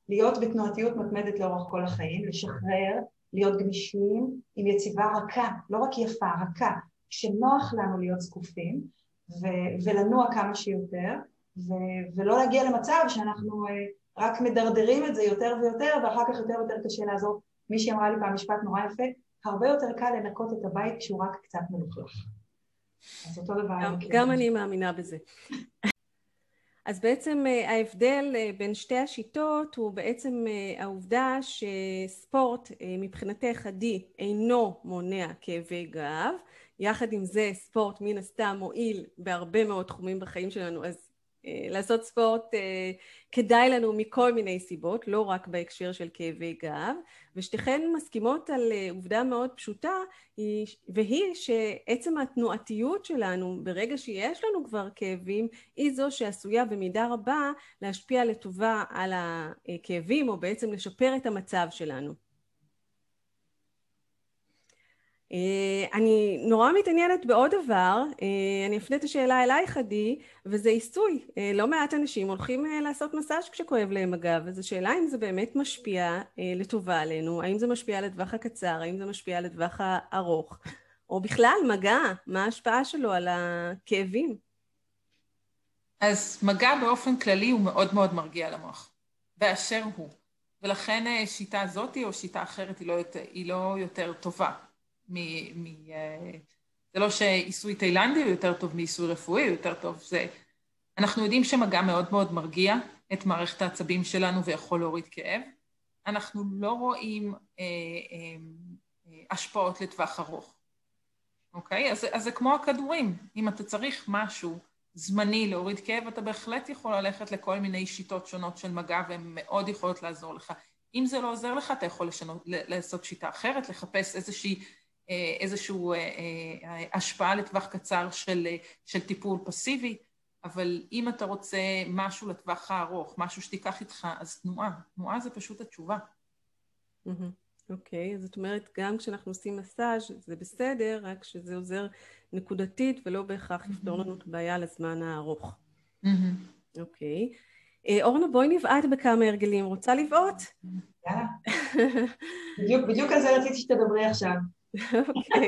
להיות בתנועתיות מתמדת לאורך כל החיים, לשחרר, להיות גמישים, עם יציבה רכה, לא רק יפה, רכה, שנוח לנו להיות זקופים, ו- ולנוע כמה שיותר, ו- ולא להגיע למצב שאנחנו רק מדרדרים את זה יותר ויותר, ואחר כך יותר ויותר קשה לעזור. מי שאמרה לי פעם משפט נורא יפה, הרבה יותר קל לנקות את הבית כשהוא רק קצת מלוכלך. אז אותו דבר. גם, גם אני מאמינה בזה. אז בעצם ההבדל בין שתי השיטות הוא בעצם העובדה שספורט מבחינתך עדי אינו מונע כאבי גב, יחד עם זה ספורט מן הסתם מועיל בהרבה מאוד תחומים בחיים שלנו, אז לעשות ספורט כדאי לנו מכל מיני סיבות, לא רק בהקשר של כאבי גב, ושתיכן מסכימות על עובדה מאוד פשוטה, והיא שעצם התנועתיות שלנו ברגע שיש לנו כבר כאבים, היא זו שעשויה במידה רבה להשפיע לטובה על הכאבים, או בעצם לשפר את המצב שלנו. אני נורא מתעניינת בעוד דבר, אני אפנה את השאלה אלייך עדי, וזה עיסוי. לא מעט אנשים הולכים לעשות מסאז' כשכואב להם הגב, אז השאלה אם זה באמת משפיע לטובה עלינו, האם זה משפיע לטווח הקצר, האם זה משפיע לטווח הארוך, או בכלל מגע, מה ההשפעה שלו על הכאבים? אז מגע באופן כללי הוא מאוד מאוד מרגיע למוח, באשר הוא, ולכן שיטה הזאת או שיטה אחרת היא לא יותר, היא לא יותר טובה. מ, מ, זה לא שעיסוי תאילנדי הוא יותר טוב מעיסוי רפואי, הוא יותר טוב. זה, אנחנו יודעים שמגע מאוד מאוד מרגיע את מערכת העצבים שלנו ויכול להוריד כאב. אנחנו לא רואים אה, אה, השפעות לטווח ארוך. אוקיי? אז, אז זה כמו הכדורים. אם אתה צריך משהו זמני להוריד כאב, אתה בהחלט יכול ללכת לכל מיני שיטות שונות של מגע, והן מאוד יכולות לעזור לך. אם זה לא עוזר לך, אתה יכול לשנות, לעשות שיטה אחרת, לחפש איזושהי איזושהי השפעה לטווח קצר של, של טיפול פסיבי, אבל אם אתה רוצה משהו לטווח הארוך, משהו שתיקח איתך, אז תנועה. תנועה זה פשוט התשובה. אוקיי, זאת אומרת, גם כשאנחנו עושים מסאז' זה בסדר, רק שזה עוזר נקודתית ולא בהכרח יפתור לנו את הבעיה לזמן הארוך. אוקיי. אורנה, בואי נבעט בכמה הרגלים. רוצה לבעוט? יאללה. בדיוק, בדיוק על זה רציתי שתדברי עכשיו. אוקיי.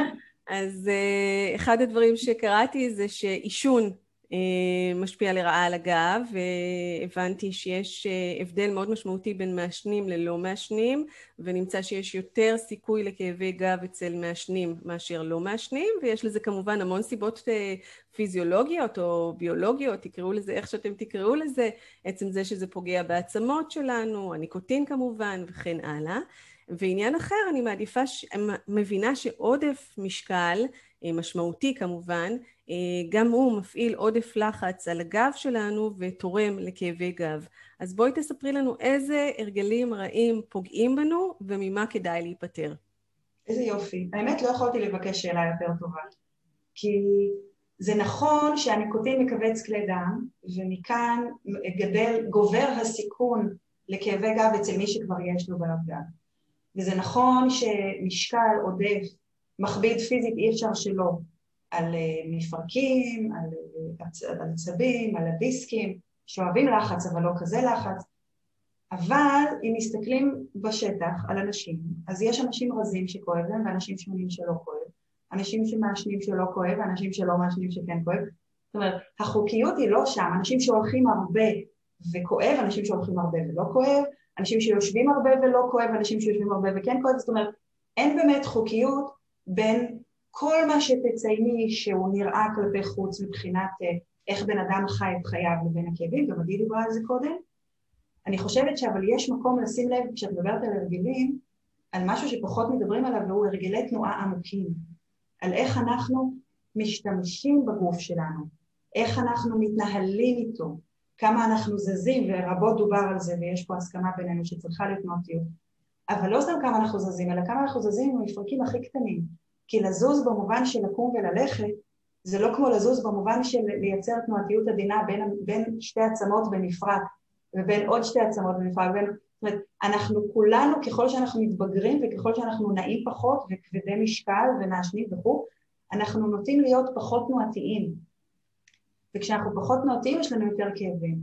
אז אחד הדברים שקראתי זה שעישון משפיע לרעה על הגב, והבנתי שיש הבדל מאוד משמעותי בין מעשנים ללא מעשנים, ונמצא שיש יותר סיכוי לכאבי גב אצל מעשנים מאשר לא מעשנים, ויש לזה כמובן המון סיבות פיזיולוגיות או ביולוגיות, תקראו לזה איך שאתם תקראו לזה, עצם זה שזה פוגע בעצמות שלנו, הניקוטין כמובן וכן הלאה. ועניין אחר, אני מעדיפה, מבינה שעודף משקל, משמעותי כמובן, גם הוא מפעיל עודף לחץ על הגב שלנו ותורם לכאבי גב. אז בואי תספרי לנו איזה הרגלים רעים פוגעים בנו וממה כדאי להיפטר. איזה יופי. האמת לא יכולתי לבקש שאלה יותר טובה. כי זה נכון שהניקוטין מקבץ כלי דם, ומכאן גדל, גובר הסיכון לכאבי גב אצל מי שכבר יש לו בעיות גב. וזה נכון שמשקל עודף מכביד פיזית אי אפשר שלא על מפרקים, על, על עצבים, על הדיסקים, שאוהבים לחץ אבל לא כזה לחץ. אבל אם מסתכלים בשטח על אנשים, אז יש אנשים רזים שכואב להם ואנשים שמונים שלא כואב, אנשים שמעשנים שלא כואב ואנשים שלא מעשנים שכן כואב. זאת אומרת, החוקיות היא לא שם, אנשים שהולכים הרבה וכואב, אנשים שהולכים הרבה ולא כואב, אנשים שיושבים הרבה ולא כואב, אנשים שיושבים הרבה וכן כואב, זאת אומרת, אין באמת חוקיות בין כל מה שתצייני שהוא נראה כלפי חוץ מבחינת איך בן אדם חי את חייו לבין הכאבים, גם עדי דיברה על זה קודם. אני חושבת שאבל יש מקום לשים לב, כשאת מדברת על הרגלים, על משהו שפחות מדברים עליו, והוא הרגלי תנועה עמוקים, על איך אנחנו משתמשים בגוף שלנו, איך אנחנו מתנהלים איתו, כמה אנחנו זזים, ורבות דובר על זה, ויש פה הסכמה בינינו שצריכה להיות תנועתיות. אבל לא סתם כמה אנחנו זזים, אלא כמה אנחנו זזים עם המפרקים הכי קטנים. כי לזוז במובן של לקום וללכת, זה לא כמו לזוז במובן של לייצר תנועתיות עדינה בין, בין שתי עצמות בנפרד, ובין עוד שתי עצמות בנפרד. ובין, זאת אומרת, אנחנו כולנו, ככל שאנחנו מתבגרים, וככל שאנחנו נעים פחות, וכבדי משקל ומעשנים וכו', אנחנו נוטים להיות פחות תנועתיים. וכשאנחנו פחות תנועתיים, יש לנו יותר כאבים.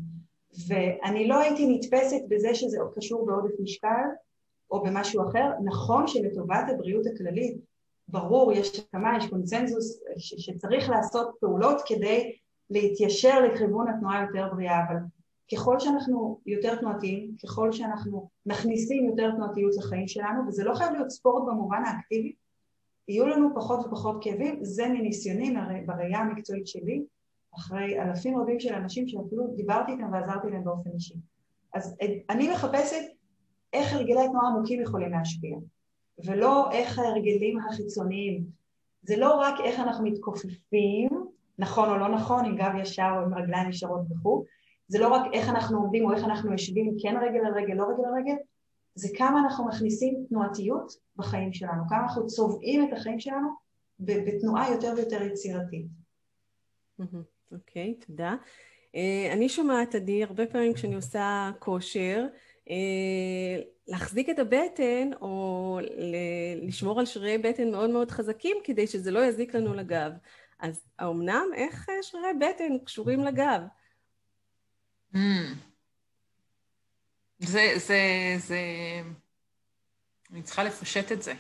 ואני לא הייתי נתפסת בזה שזה קשור בעודף משקל או במשהו אחר. נכון שלטובת הבריאות הכללית, ברור, יש הסכמה, יש קונצנזוס שצריך לעשות פעולות כדי להתיישר לכיוון התנועה יותר בריאה, אבל ככל שאנחנו יותר תנועתיים, ככל שאנחנו מכניסים יותר תנועתיות לחיים שלנו, וזה לא חייב להיות ספורט במובן האקטיבי, יהיו לנו פחות ופחות כאבים. זה מניסיוני, בראייה המקצועית שלי, אחרי אלפים רבים של אנשים שאפילו דיברתי איתם ועזרתי להם באופן אישי. אז אני מחפשת איך הרגלי התנועה עמוקים יכולים להשפיע, ולא איך ההרגלים החיצוניים. זה לא רק איך אנחנו מתכופפים, נכון או לא נכון, עם גב ישר או עם רגליים ישרות וכו', זה לא רק איך אנחנו עומדים או איך אנחנו יושבים, כן רגל על רגל, לא רגל על רגל, זה כמה אנחנו מכניסים תנועתיות בחיים שלנו, כמה אנחנו צובעים את החיים שלנו בתנועה יותר ויותר יצירתית. אוקיי, תודה. אני שומעת, עדי, הרבה פעמים כשאני עושה כושר, להחזיק את הבטן או לשמור על שרירי בטן מאוד מאוד חזקים כדי שזה לא יזיק לנו לגב. אז האמנם איך שרירי בטן קשורים לגב? Mm. זה, זה, זה... אני צריכה לפשט את זה.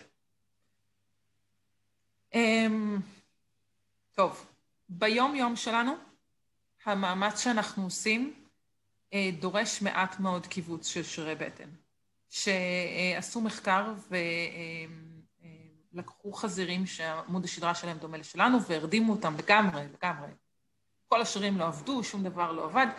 Um, טוב, ביום יום שלנו, המאמץ שאנחנו עושים דורש מעט מאוד קיבוץ של שרירי בטן. שעשו מחקר ולקחו חזירים שעמוד השדרה שלהם דומה לשלנו, והרדימו אותם לגמרי, לגמרי. כל השרירים לא עבדו, שום דבר לא עבד,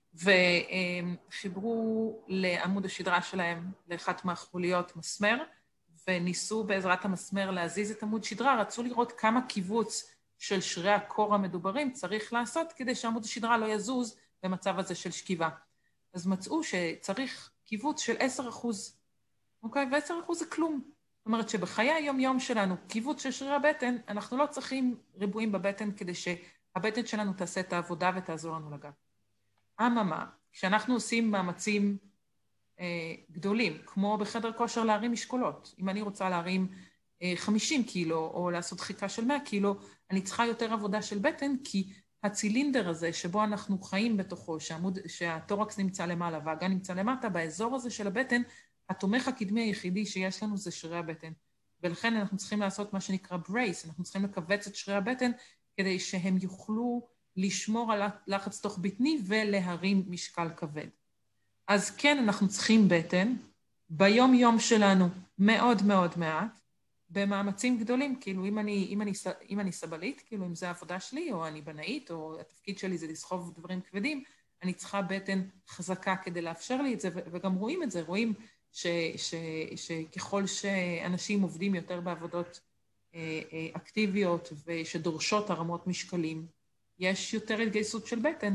וחיברו לעמוד השדרה שלהם לאחת מהחוליות מסמר, וניסו בעזרת המסמר להזיז את עמוד שדרה, רצו לראות כמה קיבוץ של שרירי הקור המדוברים צריך לעשות כדי שעמוד השדרה לא יזוז במצב הזה של שכיבה. אז מצאו שצריך קיבוץ של עשרה אחוז, אוקיי? ו-עשרה אחוז זה כלום. זאת אומרת שבחיי היום-יום שלנו, קיבוץ של שרירי הבטן, אנחנו לא צריכים ריבועים בבטן כדי שהבטן שלנו תעשה את העבודה ותעזור לנו לגב. אממה, כשאנחנו עושים מאמצים אה, גדולים, כמו בחדר כושר להרים משקולות, אם אני רוצה להרים אה, חמישים קילו או לעשות דחיקה של מאה קילו, אני צריכה יותר עבודה של בטן, כי הצילינדר הזה שבו אנחנו חיים בתוכו, שהעמוד, שהתורקס נמצא למעלה והאגן נמצא למטה, באזור הזה של הבטן, התומך הקדמי היחידי שיש לנו זה שרירי הבטן. ולכן אנחנו צריכים לעשות מה שנקרא ברייס, אנחנו צריכים לקבץ את שרירי הבטן, כדי שהם יוכלו לשמור על לחץ תוך בטני ולהרים משקל כבד. אז כן, אנחנו צריכים בטן, ביום יום שלנו מאוד מאוד מעט, במאמצים גדולים, כאילו אם אני, אם אני, אם אני סבלית, כאילו אם זה העבודה שלי, או אני בנאית, או התפקיד שלי זה לסחוב דברים כבדים, אני צריכה בטן חזקה כדי לאפשר לי את זה, וגם רואים את זה, רואים ש, ש, שככל שאנשים עובדים יותר בעבודות אקטיביות, ושדורשות הרמות משקלים, יש יותר התגייסות של בטן.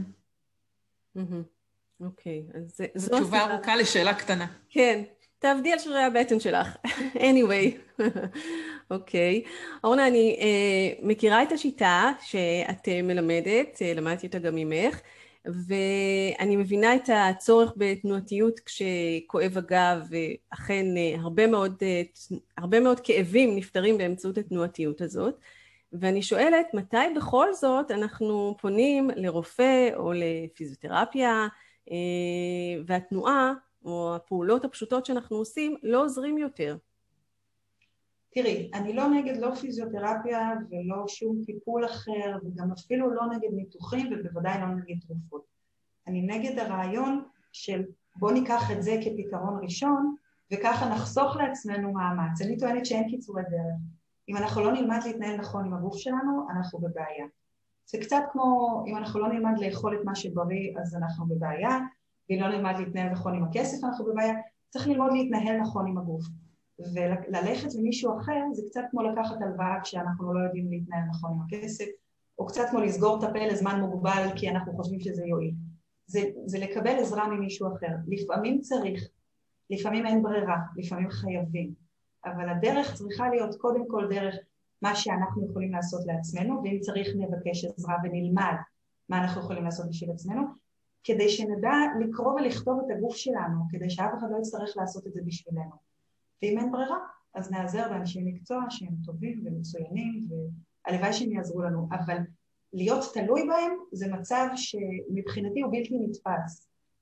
אוקיי, אז זו תשובה ארוכה לשאלה קטנה. כן. תעבדי על שרירי הבטן שלך. anyway. אוקיי. אורנה, אני uh, מכירה את השיטה שאת uh, מלמדת, uh, למדתי אותה גם ממך, ואני מבינה את הצורך בתנועתיות כשכואב הגב, ואכן uh, הרבה מאוד, uh, הרבה מאוד כאבים נפתרים באמצעות התנועתיות הזאת, ואני שואלת, מתי בכל זאת אנחנו פונים לרופא או לפיזיותרפיה, uh, והתנועה, או הפעולות הפשוטות שאנחנו עושים, לא עוזרים יותר. תראי, אני לא נגד לא פיזיותרפיה ולא שום טיפול אחר, וגם אפילו לא נגד ניתוחים, ובוודאי לא נגד תרופות. אני נגד הרעיון של בוא ניקח את זה כפתרון ראשון, וככה נחסוך לעצמנו מאמץ. אני טוענת שאין קיצורי דרך. אם אנחנו לא נלמד להתנהל נכון עם הגוף שלנו, אנחנו בבעיה. זה קצת כמו אם אנחנו לא נלמד לאכול את מה שבריא, אז אנחנו בבעיה, ואם לא נלמד להתנהל נכון עם הכסף, אנחנו בבעיה. צריך ללמוד להתנהל נכון עם הגוף. וללכת למישהו אחר, זה קצת כמו לקחת הלוואה כשאנחנו לא יודעים להתנהל נכון עם הכסף, או קצת כמו לסגור את הפה לזמן מוגבל כי אנחנו חושבים שזה יועיל. זה, זה לקבל עזרה ממישהו אחר. לפעמים צריך, לפעמים אין ברירה, לפעמים חייבים. אבל הדרך צריכה להיות קודם כל דרך מה שאנחנו יכולים לעשות לעצמנו, ואם צריך נבקש עזרה ונלמד מה אנחנו יכולים לעשות בשביל עצמנו, כדי שנדע לקרוא ולכתוב את הגוף שלנו, כדי שאף אחד לא יצטרך לעשות את זה בשבילנו. ואם אין ברירה, אז נעזר באנשי מקצוע שהם טובים ומצוינים, והלוואי שהם יעזרו לנו. אבל להיות תלוי בהם זה מצב שמבחינתי הוא בלתי נתפס.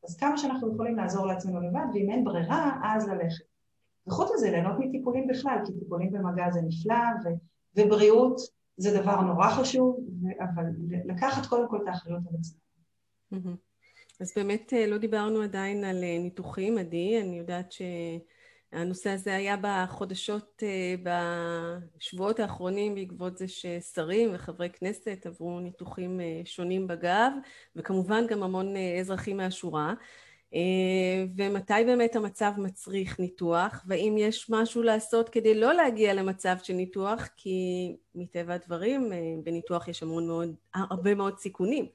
אז כמה שאנחנו יכולים לעזור לעצמנו לבד, ואם אין ברירה, אז ללכת. וחוץ לזה, ליהנות מטיפולים בכלל, כי טיפולים במגע זה נפלא, ו- ובריאות זה דבר נורא חשוב, ו- אבל לקחת קודם כל את האחריות על עצמנו. אז באמת לא דיברנו עדיין על ניתוחים, עדי, אני יודעת שהנושא הזה היה בחודשות, בשבועות האחרונים, בעקבות זה ששרים וחברי כנסת עברו ניתוחים שונים בגב, וכמובן גם המון אזרחים מהשורה. ומתי באמת המצב מצריך ניתוח, והאם יש משהו לעשות כדי לא להגיע למצב של ניתוח, כי מטבע הדברים בניתוח יש המון מאוד, הרבה מאוד סיכונים.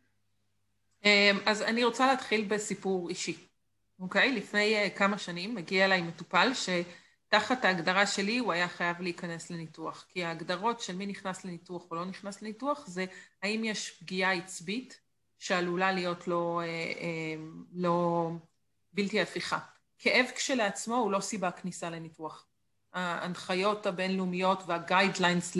אז אני רוצה להתחיל בסיפור אישי, אוקיי? לפני כמה שנים הגיע אליי מטופל שתחת ההגדרה שלי הוא היה חייב להיכנס לניתוח, כי ההגדרות של מי נכנס לניתוח או לא נכנס לניתוח זה האם יש פגיעה עצבית שעלולה להיות לא, לא בלתי הפיכה. כאב כשלעצמו הוא לא סיבה כניסה לניתוח. ההנחיות הבינלאומיות והגיידליינס ל...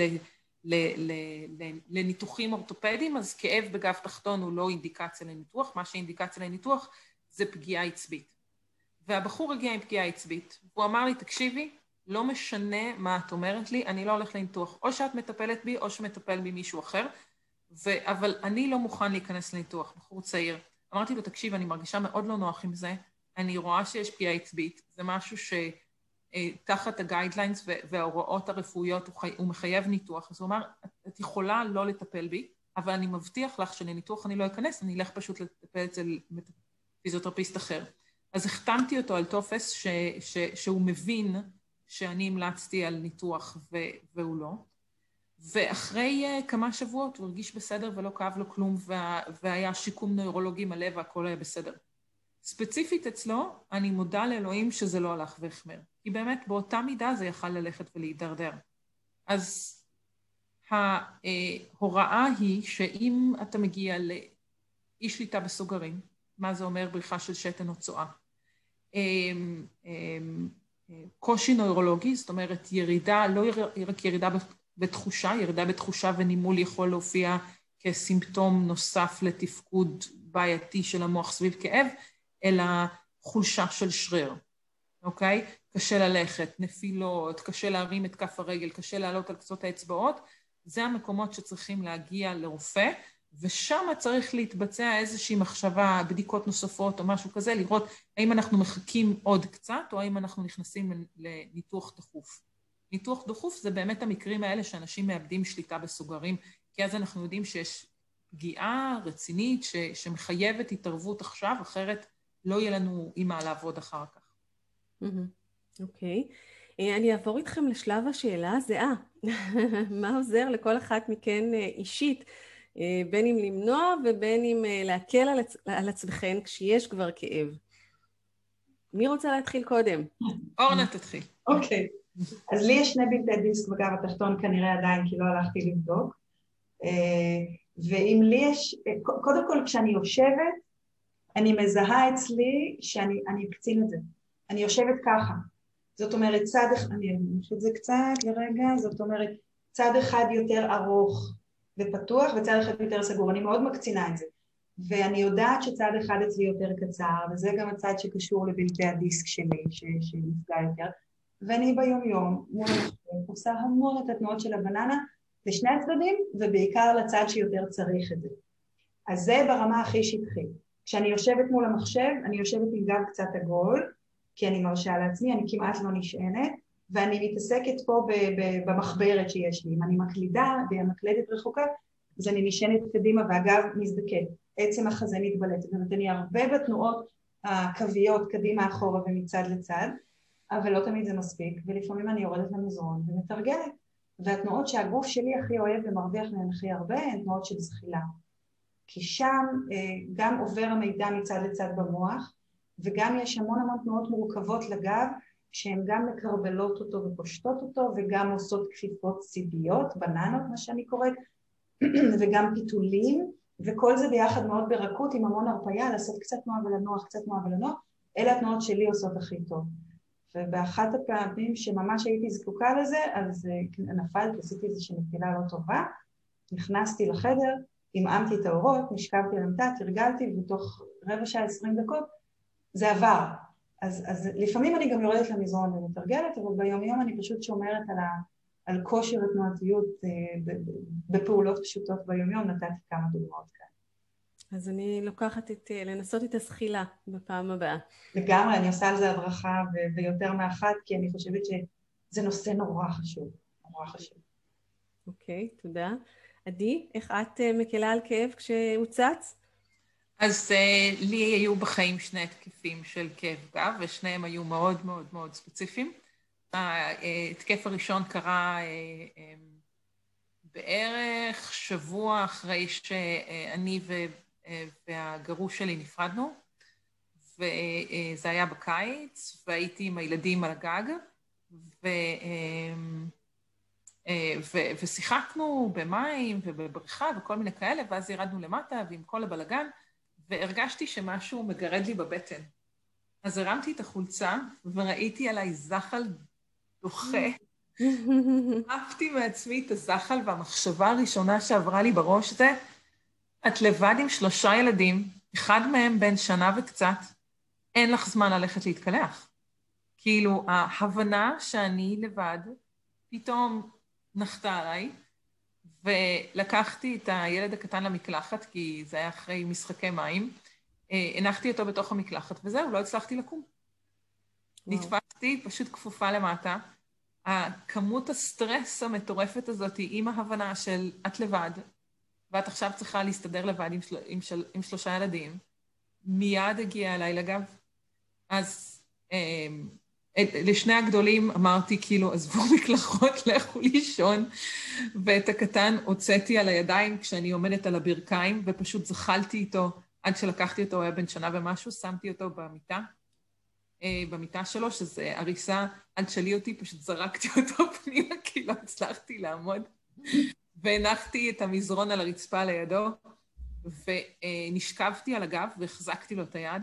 לניתוחים אורתופדיים, אז כאב בגב תחתון הוא לא אינדיקציה לניתוח, מה שאינדיקציה לניתוח זה פגיעה עצבית. והבחור הגיע עם פגיעה עצבית, הוא אמר לי, תקשיבי, לא משנה מה את אומרת לי, אני לא הולך לניתוח, או שאת מטפלת בי או שמטפל בי מישהו אחר, ו- אבל אני לא מוכן להיכנס לניתוח, בחור צעיר. אמרתי לו, תקשיב, אני מרגישה מאוד לא נוח עם זה, אני רואה שיש פגיעה עצבית, זה משהו ש... תחת הגיידליינס וההוראות הרפואיות הוא מחייב ניתוח, אז הוא אמר, את יכולה לא לטפל בי, אבל אני מבטיח לך שלניתוח אני לא אכנס, אני אלך פשוט לטפל אצל פיזיותרפיסט אחר. אז החתמתי אותו על טופס ש, ש, שהוא מבין שאני המלצתי על ניתוח ו, והוא לא, ואחרי uh, כמה שבועות הוא הרגיש בסדר ולא כאב לו כלום, וה, והיה שיקום נוירולוגי מלא והכל היה בסדר. ספציפית אצלו, אני מודה לאלוהים שזה לא הלך והחמר. כי באמת באותה מידה זה יכל ללכת ולהידרדר. אז ההוראה היא שאם אתה מגיע לאי שליטה בסוגרים, מה זה אומר בריחה של שתן או צואה, קושי נוירולוגי, זאת אומרת ירידה, לא רק ירידה בתחושה, ירידה בתחושה ונימול יכול להופיע כסימפטום נוסף לתפקוד בעייתי של המוח סביב כאב, אלא חולשה של שריר, אוקיי? קשה ללכת, נפילות, קשה להרים את כף הרגל, קשה לעלות על קצות האצבעות, זה המקומות שצריכים להגיע לרופא, ושם צריך להתבצע איזושהי מחשבה, בדיקות נוספות או משהו כזה, לראות האם אנחנו מחכים עוד קצת, או האם אנחנו נכנסים לניתוח דחוף. ניתוח דחוף זה באמת המקרים האלה שאנשים מאבדים שליטה בסוגרים, כי אז אנחנו יודעים שיש פגיעה רצינית ש, שמחייבת התערבות עכשיו, אחרת לא יהיה לנו אימה לעבוד אחר כך. אוקיי. אני אעבור איתכם לשלב השאלה הזהה. מה עוזר לכל אחת מכן אישית, בין אם למנוע ובין אם להקל על, עצ... על עצמכן כשיש כבר כאב? מי רוצה להתחיל קודם? אורנה תתחיל. אוקיי. אז לי יש שני בלתי דיסק בגב התחתון כנראה עדיין, כי לא הלכתי לבדוק. ואם לי יש, קודם כל כשאני יושבת, אני מזהה אצלי שאני אני אקצין את זה. אני יושבת ככה. זאת אומרת, צד אחד, אני אמש את זה קצת לרגע, זאת אומרת, צד אחד יותר ארוך ופתוח וצד אחד יותר סגור. אני מאוד מקצינה את זה. ואני יודעת שצד אחד אצלי יותר קצר, וזה גם הצד שקשור לבלתי הדיסק שלי, שנפגע יותר. ואני ביום יום, מול המשפט, עושה המון את התנועות של הבננה, לשני הצדדים, ובעיקר לצד שיותר צריך את זה. אז זה ברמה הכי שטחית. כשאני יושבת מול המחשב, אני יושבת עם גב קצת עגול, כי אני מרשה לעצמי, אני כמעט לא נשענת, ואני מתעסקת פה במחברת שיש לי. אם אני מקלידה והמקלדת רחוקה, אז אני נשענת קדימה והגב מזדקת. עצם החזה מתבלט. זאת אומרת, אני הרבה בתנועות הקוויות קדימה אחורה ומצד לצד, אבל לא תמיד זה מספיק, ולפעמים אני יורדת למזרון ומתרגלת. והתנועות שהגוף שלי הכי אוהב ומרוויח מהן הכי הרבה, הן תנועות של זחילה. כי שם גם עובר המידע מצד לצד במוח, וגם יש המון המון תנועות מורכבות לגב, שהן גם מקרבלות אותו ופושטות אותו, וגם עושות כפיפות צידיות, בננות, מה שאני קוראת, וגם פיתולים, וכל זה ביחד מאוד ברכות, עם המון הרפאיה, לעשות קצת תנועה ולנוח, קצת תנועה ולנוח, אלה התנועות שלי עושות הכי טוב. ובאחת הפעמים שממש הייתי זקוקה לזה, אז נפלתי, עשיתי איזושהי נפילה לא טובה, נכנסתי לחדר, המעמתי את האורות, נשכבתי על המיטה, תרגלתי, ותוך רבע שעה, עשרים דקות, זה עבר. אז, אז לפעמים אני גם יורדת למזרון ומתרגלת, אבל ביום יום אני פשוט שומרת על, ה, על כושר התנועתיות בפעולות פשוטות ביום יום, נתתי כמה דוגמאות כאן. אז אני לוקחת את, לנסות את הזחילה בפעם הבאה. לגמרי, אני עושה על זה הדרכה ויותר מאחת, כי אני חושבת שזה נושא נורא חשוב, נורא חשוב. אוקיי, תודה. עדי, איך את מקלה על כאב כשהוצץ? אז uh, לי היו בחיים שני התקפים של כאב גב, ושניהם היו מאוד מאוד מאוד ספציפיים. ההתקף הראשון קרה uh, um, בערך שבוע אחרי שאני ו, uh, והגרוש שלי נפרדנו, וזה היה בקיץ, והייתי עם הילדים על הגג, ו... Um, ו- ושיחקנו במים ובבריכה וכל מיני כאלה, ואז ירדנו למטה ועם כל הבלגן, והרגשתי שמשהו מגרד לי בבטן. אז הרמתי את החולצה וראיתי עליי זחל דוחה, עפתי מעצמי את הזחל, והמחשבה הראשונה שעברה לי בראש זה, את לבד עם שלושה ילדים, אחד מהם בן שנה וקצת, אין לך זמן ללכת להתקלח. כאילו, ההבנה שאני לבד, פתאום נחתה עליי, ולקחתי את הילד הקטן למקלחת, כי זה היה אחרי משחקי מים, הנחתי אותו בתוך המקלחת, וזהו, לא הצלחתי לקום. וואו. נתפסתי פשוט כפופה למטה, הכמות הסטרס המטורפת הזאת היא עם ההבנה של את לבד, ואת עכשיו צריכה להסתדר לבד עם, של... עם, של... עם שלושה ילדים, מיד הגיע אליי לגב. אז לשני הגדולים אמרתי, כאילו, עזבו מקלחות, לכו לישון, ואת הקטן הוצאתי על הידיים כשאני עומדת על הברכיים, ופשוט זחלתי איתו, עד שלקחתי אותו, הוא היה בן שנה ומשהו, שמתי אותו במיטה, במיטה שלו, שזה הריסה, עד שלי אותי, פשוט זרקתי אותו פנימה, כי לא הצלחתי לעמוד, והנחתי את המזרון על הרצפה לידו, ונשכבתי על הגב, והחזקתי לו את היד,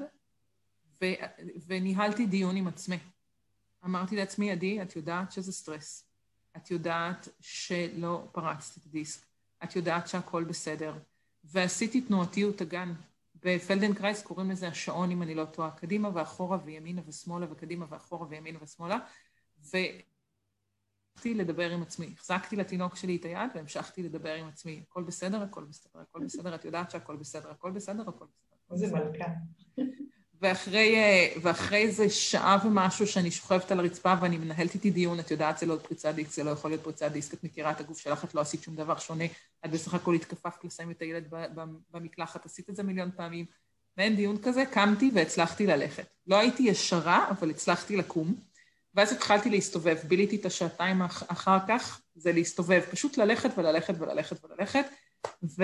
וניהלתי דיון עם עצמי. אמרתי לעצמי, עדי, את יודעת שזה סטרס. את יודעת שלא פרצת את הדיסק. את יודעת שהכל בסדר. ועשיתי תנועתיות הגן. בפלדנקרייס קוראים לזה השעון, אם אני לא טועה, קדימה ואחורה וימינה ושמאלה, וקדימה ואחורה וימינה ושמאלה. והמשכתי לדבר עם עצמי. החזקתי לתינוק שלי את היד, והמשכתי לדבר עם עצמי. הכל בסדר, הכל בסדר, הכל בסדר. את יודעת שהכל בסדר, הכל בסדר, הכל בסדר. זה מלכה. ואחרי, ואחרי איזה שעה ומשהו שאני שוכבת על הרצפה ואני מנהלת איתי דיון, את יודעת, זה לא פריצת דיסק, זה לא יכול להיות פריצת דיסק, את מכירה את הגוף שלך, את לא עשית שום דבר שונה, את בסך הכל התכפפת לשים את הילד במקלחת, עשית את זה מיליון פעמים. ואין דיון כזה, קמתי והצלחתי ללכת. לא הייתי ישרה, אבל הצלחתי לקום, ואז התחלתי להסתובב, ביליתי את השעתיים אחר כך, זה להסתובב, פשוט ללכת וללכת וללכת וללכת, ו...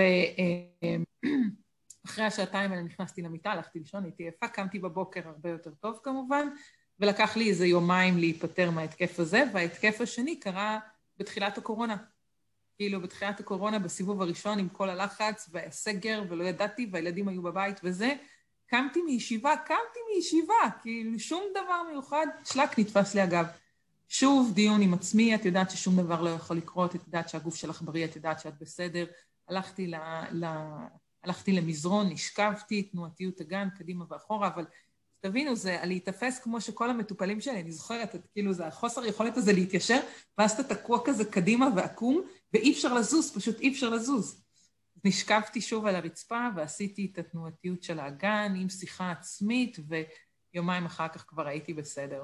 אחרי השעתיים האלה נכנסתי למיטה, הלכתי לישון, הייתי יפה, קמתי בבוקר הרבה יותר טוב כמובן, ולקח לי איזה יומיים להיפטר מההתקף הזה, וההתקף השני קרה בתחילת הקורונה. כאילו בתחילת הקורונה, בסיבוב הראשון עם כל הלחץ והסגר, ולא ידעתי, והילדים היו בבית וזה, קמתי מישיבה, קמתי מישיבה, כאילו שום דבר מיוחד, שלק נתפס לי אגב. שוב דיון עם עצמי, את יודעת ששום דבר לא יכול לקרות, את יודעת שהגוף שלך בריא, את יודעת שאת בסדר, הלכתי ל... ל... הלכתי למזרון, נשכבתי, תנועתיות הגן, קדימה ואחורה, אבל תבינו, זה להתאפס כמו שכל המטופלים שלי, אני זוכרת, כאילו זה החוסר יכולת הזה להתיישר, ואז אתה תקוע כזה קדימה ועקום, ואי אפשר לזוז, פשוט אי אפשר לזוז. נשכבתי שוב על הרצפה, ועשיתי את התנועתיות של הגן, עם שיחה עצמית, ויומיים אחר כך כבר הייתי בסדר.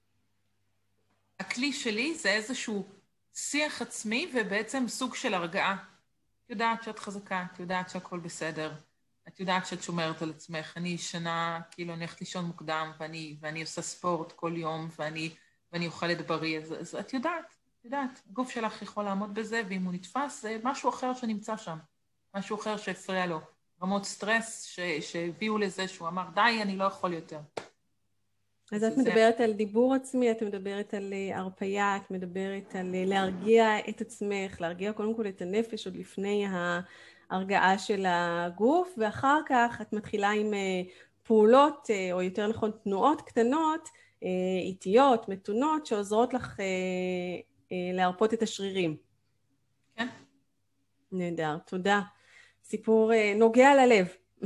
הכלי שלי זה איזשהו שיח עצמי, ובעצם סוג של הרגעה. את יודעת שאת חזקה, את יודעת שהכל בסדר, את יודעת שאת שומרת על עצמך, אני שנה, כאילו, אני הולכת לישון מוקדם, ואני, ואני עושה ספורט כל יום, ואני, ואני אוכלת בריא, אז, אז את יודעת, את יודעת, הגוף שלך יכול לעמוד בזה, ואם הוא נתפס, זה משהו אחר שנמצא שם, משהו אחר שהפריע לו, רמות סטרס ש, שהביאו לזה, שהוא אמר, די, אני לא יכול יותר. אז את מדברת על דיבור עצמי, את מדברת על הרפיה, את מדברת על להרגיע את עצמך, להרגיע קודם כל את הנפש עוד לפני ההרגעה של הגוף, ואחר כך את מתחילה עם פעולות, או יותר נכון תנועות קטנות, איטיות, מתונות, שעוזרות לך להרפות את השרירים. כן. נהדר, תודה. סיפור נוגע ללב.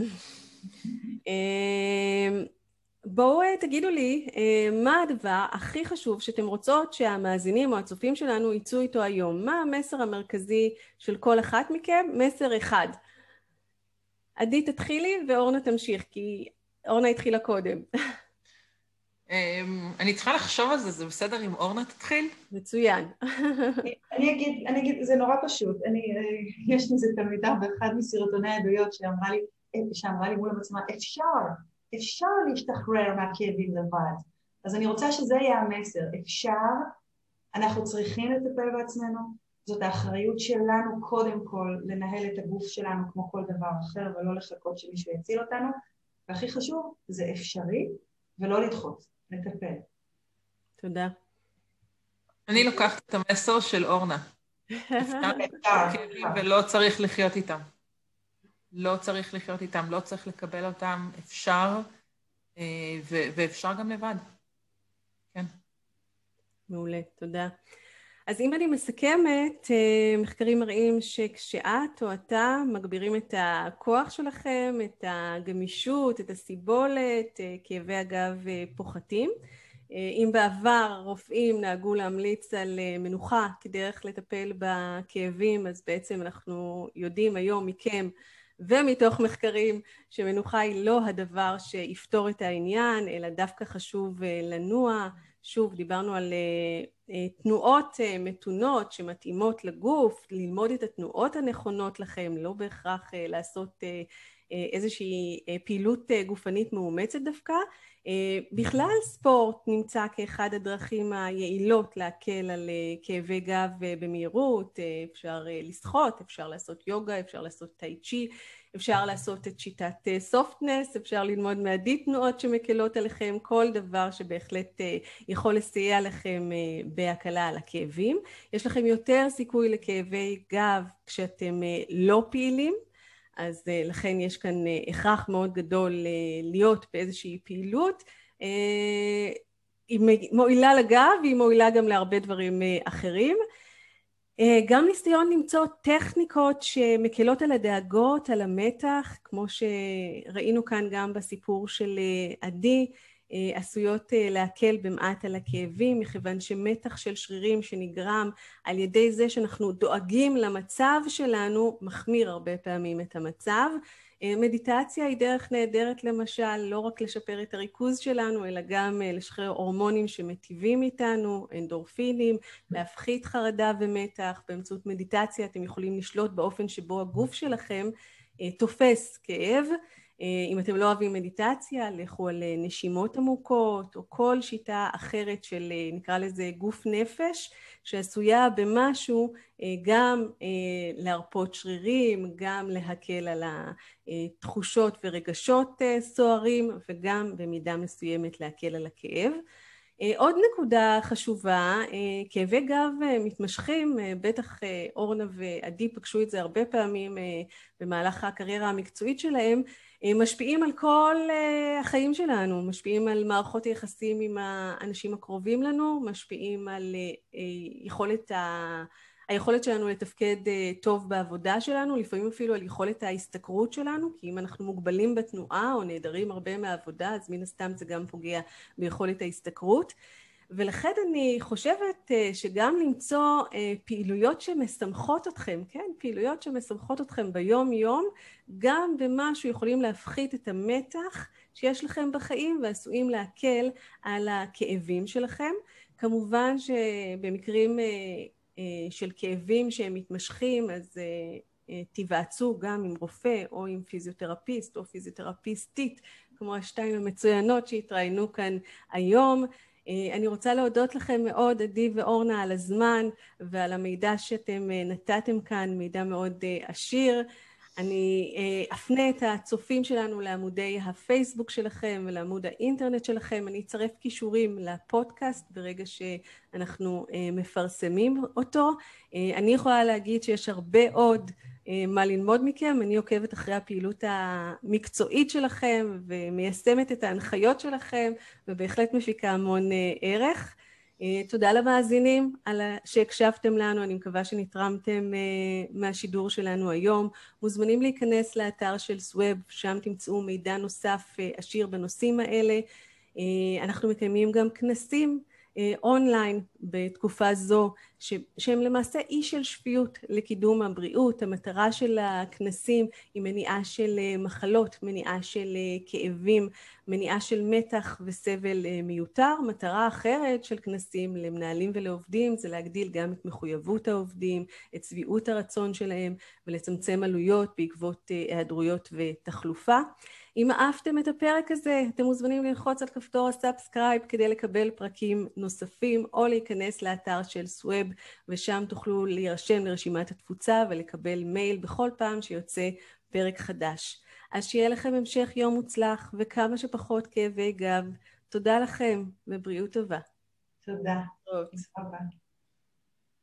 בואו תגידו לי, מה הדבר הכי חשוב שאתם רוצות שהמאזינים או הצופים שלנו ייצאו איתו היום? מה המסר המרכזי של כל אחת מכם? מסר אחד. עדי תתחילי ואורנה תמשיך, כי אורנה התחילה קודם. אני צריכה לחשוב על זה, זה בסדר אם אורנה תתחיל? מצוין. אני אגיד, אני אגיד, זה נורא פשוט. אני, יש לי איזה תלמידה באחד מסרטוני העדויות שאמרה לי, שאמרה לי מול המצלמה, אפשר, אפשר להשתחרר מהכאבים לבד. אז אני רוצה שזה יהיה המסר. אפשר, אנחנו צריכים לטפל בעצמנו, זאת האחריות שלנו קודם כל לנהל את הגוף שלנו כמו כל דבר אחר, ולא לחכות שמישהו יציל אותנו. והכי חשוב, זה אפשרי ולא לדחות, לטפל. תודה. אני לוקחת את המסר של אורנה. אפשר כאבים ולא צריך לחיות איתם. לא צריך לחיות איתם, לא צריך לקבל אותם, אפשר, ואפשר גם לבד. כן. מעולה, תודה. אז אם אני מסכמת, מחקרים מראים שכשאת או אתה מגבירים את הכוח שלכם, את הגמישות, את הסיבולת, כאבי הגב פוחתים. אם בעבר רופאים נהגו להמליץ על מנוחה כדרך לטפל בכאבים, אז בעצם אנחנו יודעים היום מכם ומתוך מחקרים שמנוחה היא לא הדבר שיפתור את העניין, אלא דווקא חשוב לנוע. שוב, דיברנו על תנועות מתונות שמתאימות לגוף, ללמוד את התנועות הנכונות לכם, לא בהכרח לעשות איזושהי פעילות גופנית מאומצת דווקא. בכלל ספורט נמצא כאחד הדרכים היעילות להקל על כאבי גב במהירות, אפשר לשחות, אפשר לעשות יוגה, אפשר לעשות טאי צ'י, אפשר לעשות את שיטת סופטנס, אפשר ללמוד מעדי תנועות שמקלות עליכם, כל דבר שבהחלט יכול לסייע לכם בהקלה על הכאבים. יש לכם יותר סיכוי לכאבי גב כשאתם לא פעילים, אז לכן יש כאן הכרח מאוד גדול להיות באיזושהי פעילות. היא מועילה לגב והיא מועילה גם להרבה דברים אחרים. גם ניסיון למצוא טכניקות שמקלות על הדאגות, על המתח, כמו שראינו כאן גם בסיפור של עדי, עשויות להקל במעט על הכאבים, מכיוון שמתח של שרירים שנגרם על ידי זה שאנחנו דואגים למצב שלנו, מחמיר הרבה פעמים את המצב. מדיטציה היא דרך נהדרת למשל, לא רק לשפר את הריכוז שלנו, אלא גם לשחרר הורמונים שמטיבים איתנו, אנדורפינים, להפחית חרדה ומתח. באמצעות מדיטציה אתם יכולים לשלוט באופן שבו הגוף שלכם תופס כאב. אם אתם לא אוהבים מדיטציה, לכו על נשימות עמוקות, או כל שיטה אחרת של, נקרא לזה, גוף נפש, שעשויה במשהו גם להרפות שרירים, גם להקל על התחושות ורגשות סוערים, וגם במידה מסוימת להקל על הכאב. עוד נקודה חשובה, כאבי גב מתמשכים, בטח אורנה ועדי פגשו את זה הרבה פעמים במהלך הקריירה המקצועית שלהם, משפיעים על כל החיים שלנו, משפיעים על מערכות היחסים עם האנשים הקרובים לנו, משפיעים על יכולת ה... היכולת שלנו לתפקד טוב בעבודה שלנו, לפעמים אפילו על יכולת ההסתכרות שלנו, כי אם אנחנו מוגבלים בתנועה או נעדרים הרבה מהעבודה, אז מן הסתם זה גם פוגע ביכולת ההסתכרות. ולכן אני חושבת שגם למצוא פעילויות שמשמחות אתכם, כן? פעילויות שמשמחות אתכם ביום יום, גם במשהו יכולים להפחית את המתח שיש לכם בחיים ועשויים להקל על הכאבים שלכם. כמובן שבמקרים של כאבים שהם מתמשכים, אז תיוועצו גם עם רופא או עם פיזיותרפיסט או פיזיותרפיסטית, כמו השתיים המצוינות שהתראינו כאן היום. אני רוצה להודות לכם מאוד, עדי ואורנה, על הזמן ועל המידע שאתם נתתם כאן, מידע מאוד עשיר. אני אפנה את הצופים שלנו לעמודי הפייסבוק שלכם ולעמוד האינטרנט שלכם. אני אצרף קישורים לפודקאסט ברגע שאנחנו מפרסמים אותו. אני יכולה להגיד שיש הרבה עוד מה ללמוד מכם. אני עוקבת אחרי הפעילות המקצועית שלכם ומיישמת את ההנחיות שלכם, ובהחלט מפיקה המון ערך. תודה למאזינים על שהקשבתם לנו, אני מקווה שנתרמתם מהשידור שלנו היום. מוזמנים להיכנס לאתר של סווב, שם תמצאו מידע נוסף עשיר בנושאים האלה. אנחנו מקיימים גם כנסים אונליין בתקופה זו, שהם למעשה אי של שפיות לקידום הבריאות. המטרה של הכנסים היא מניעה של מחלות, מניעה של כאבים, מניעה של מתח וסבל מיותר. מטרה אחרת של כנסים למנהלים ולעובדים זה להגדיל גם את מחויבות העובדים, את שביעות הרצון שלהם, ולצמצם עלויות בעקבות היעדרויות ותחלופה. אם אהבתם את הפרק הזה, אתם מוזמנים ללחוץ על כפתור הסאבסקרייב כדי לקבל פרקים נוספים, או להיכנס לאתר של סווב, ושם תוכלו להירשם לרשימת התפוצה ולקבל מייל בכל פעם שיוצא פרק חדש. אז שיהיה לכם המשך יום מוצלח וכמה שפחות כאבי גב. תודה לכם ובריאות טובה. תודה. תודה רבה.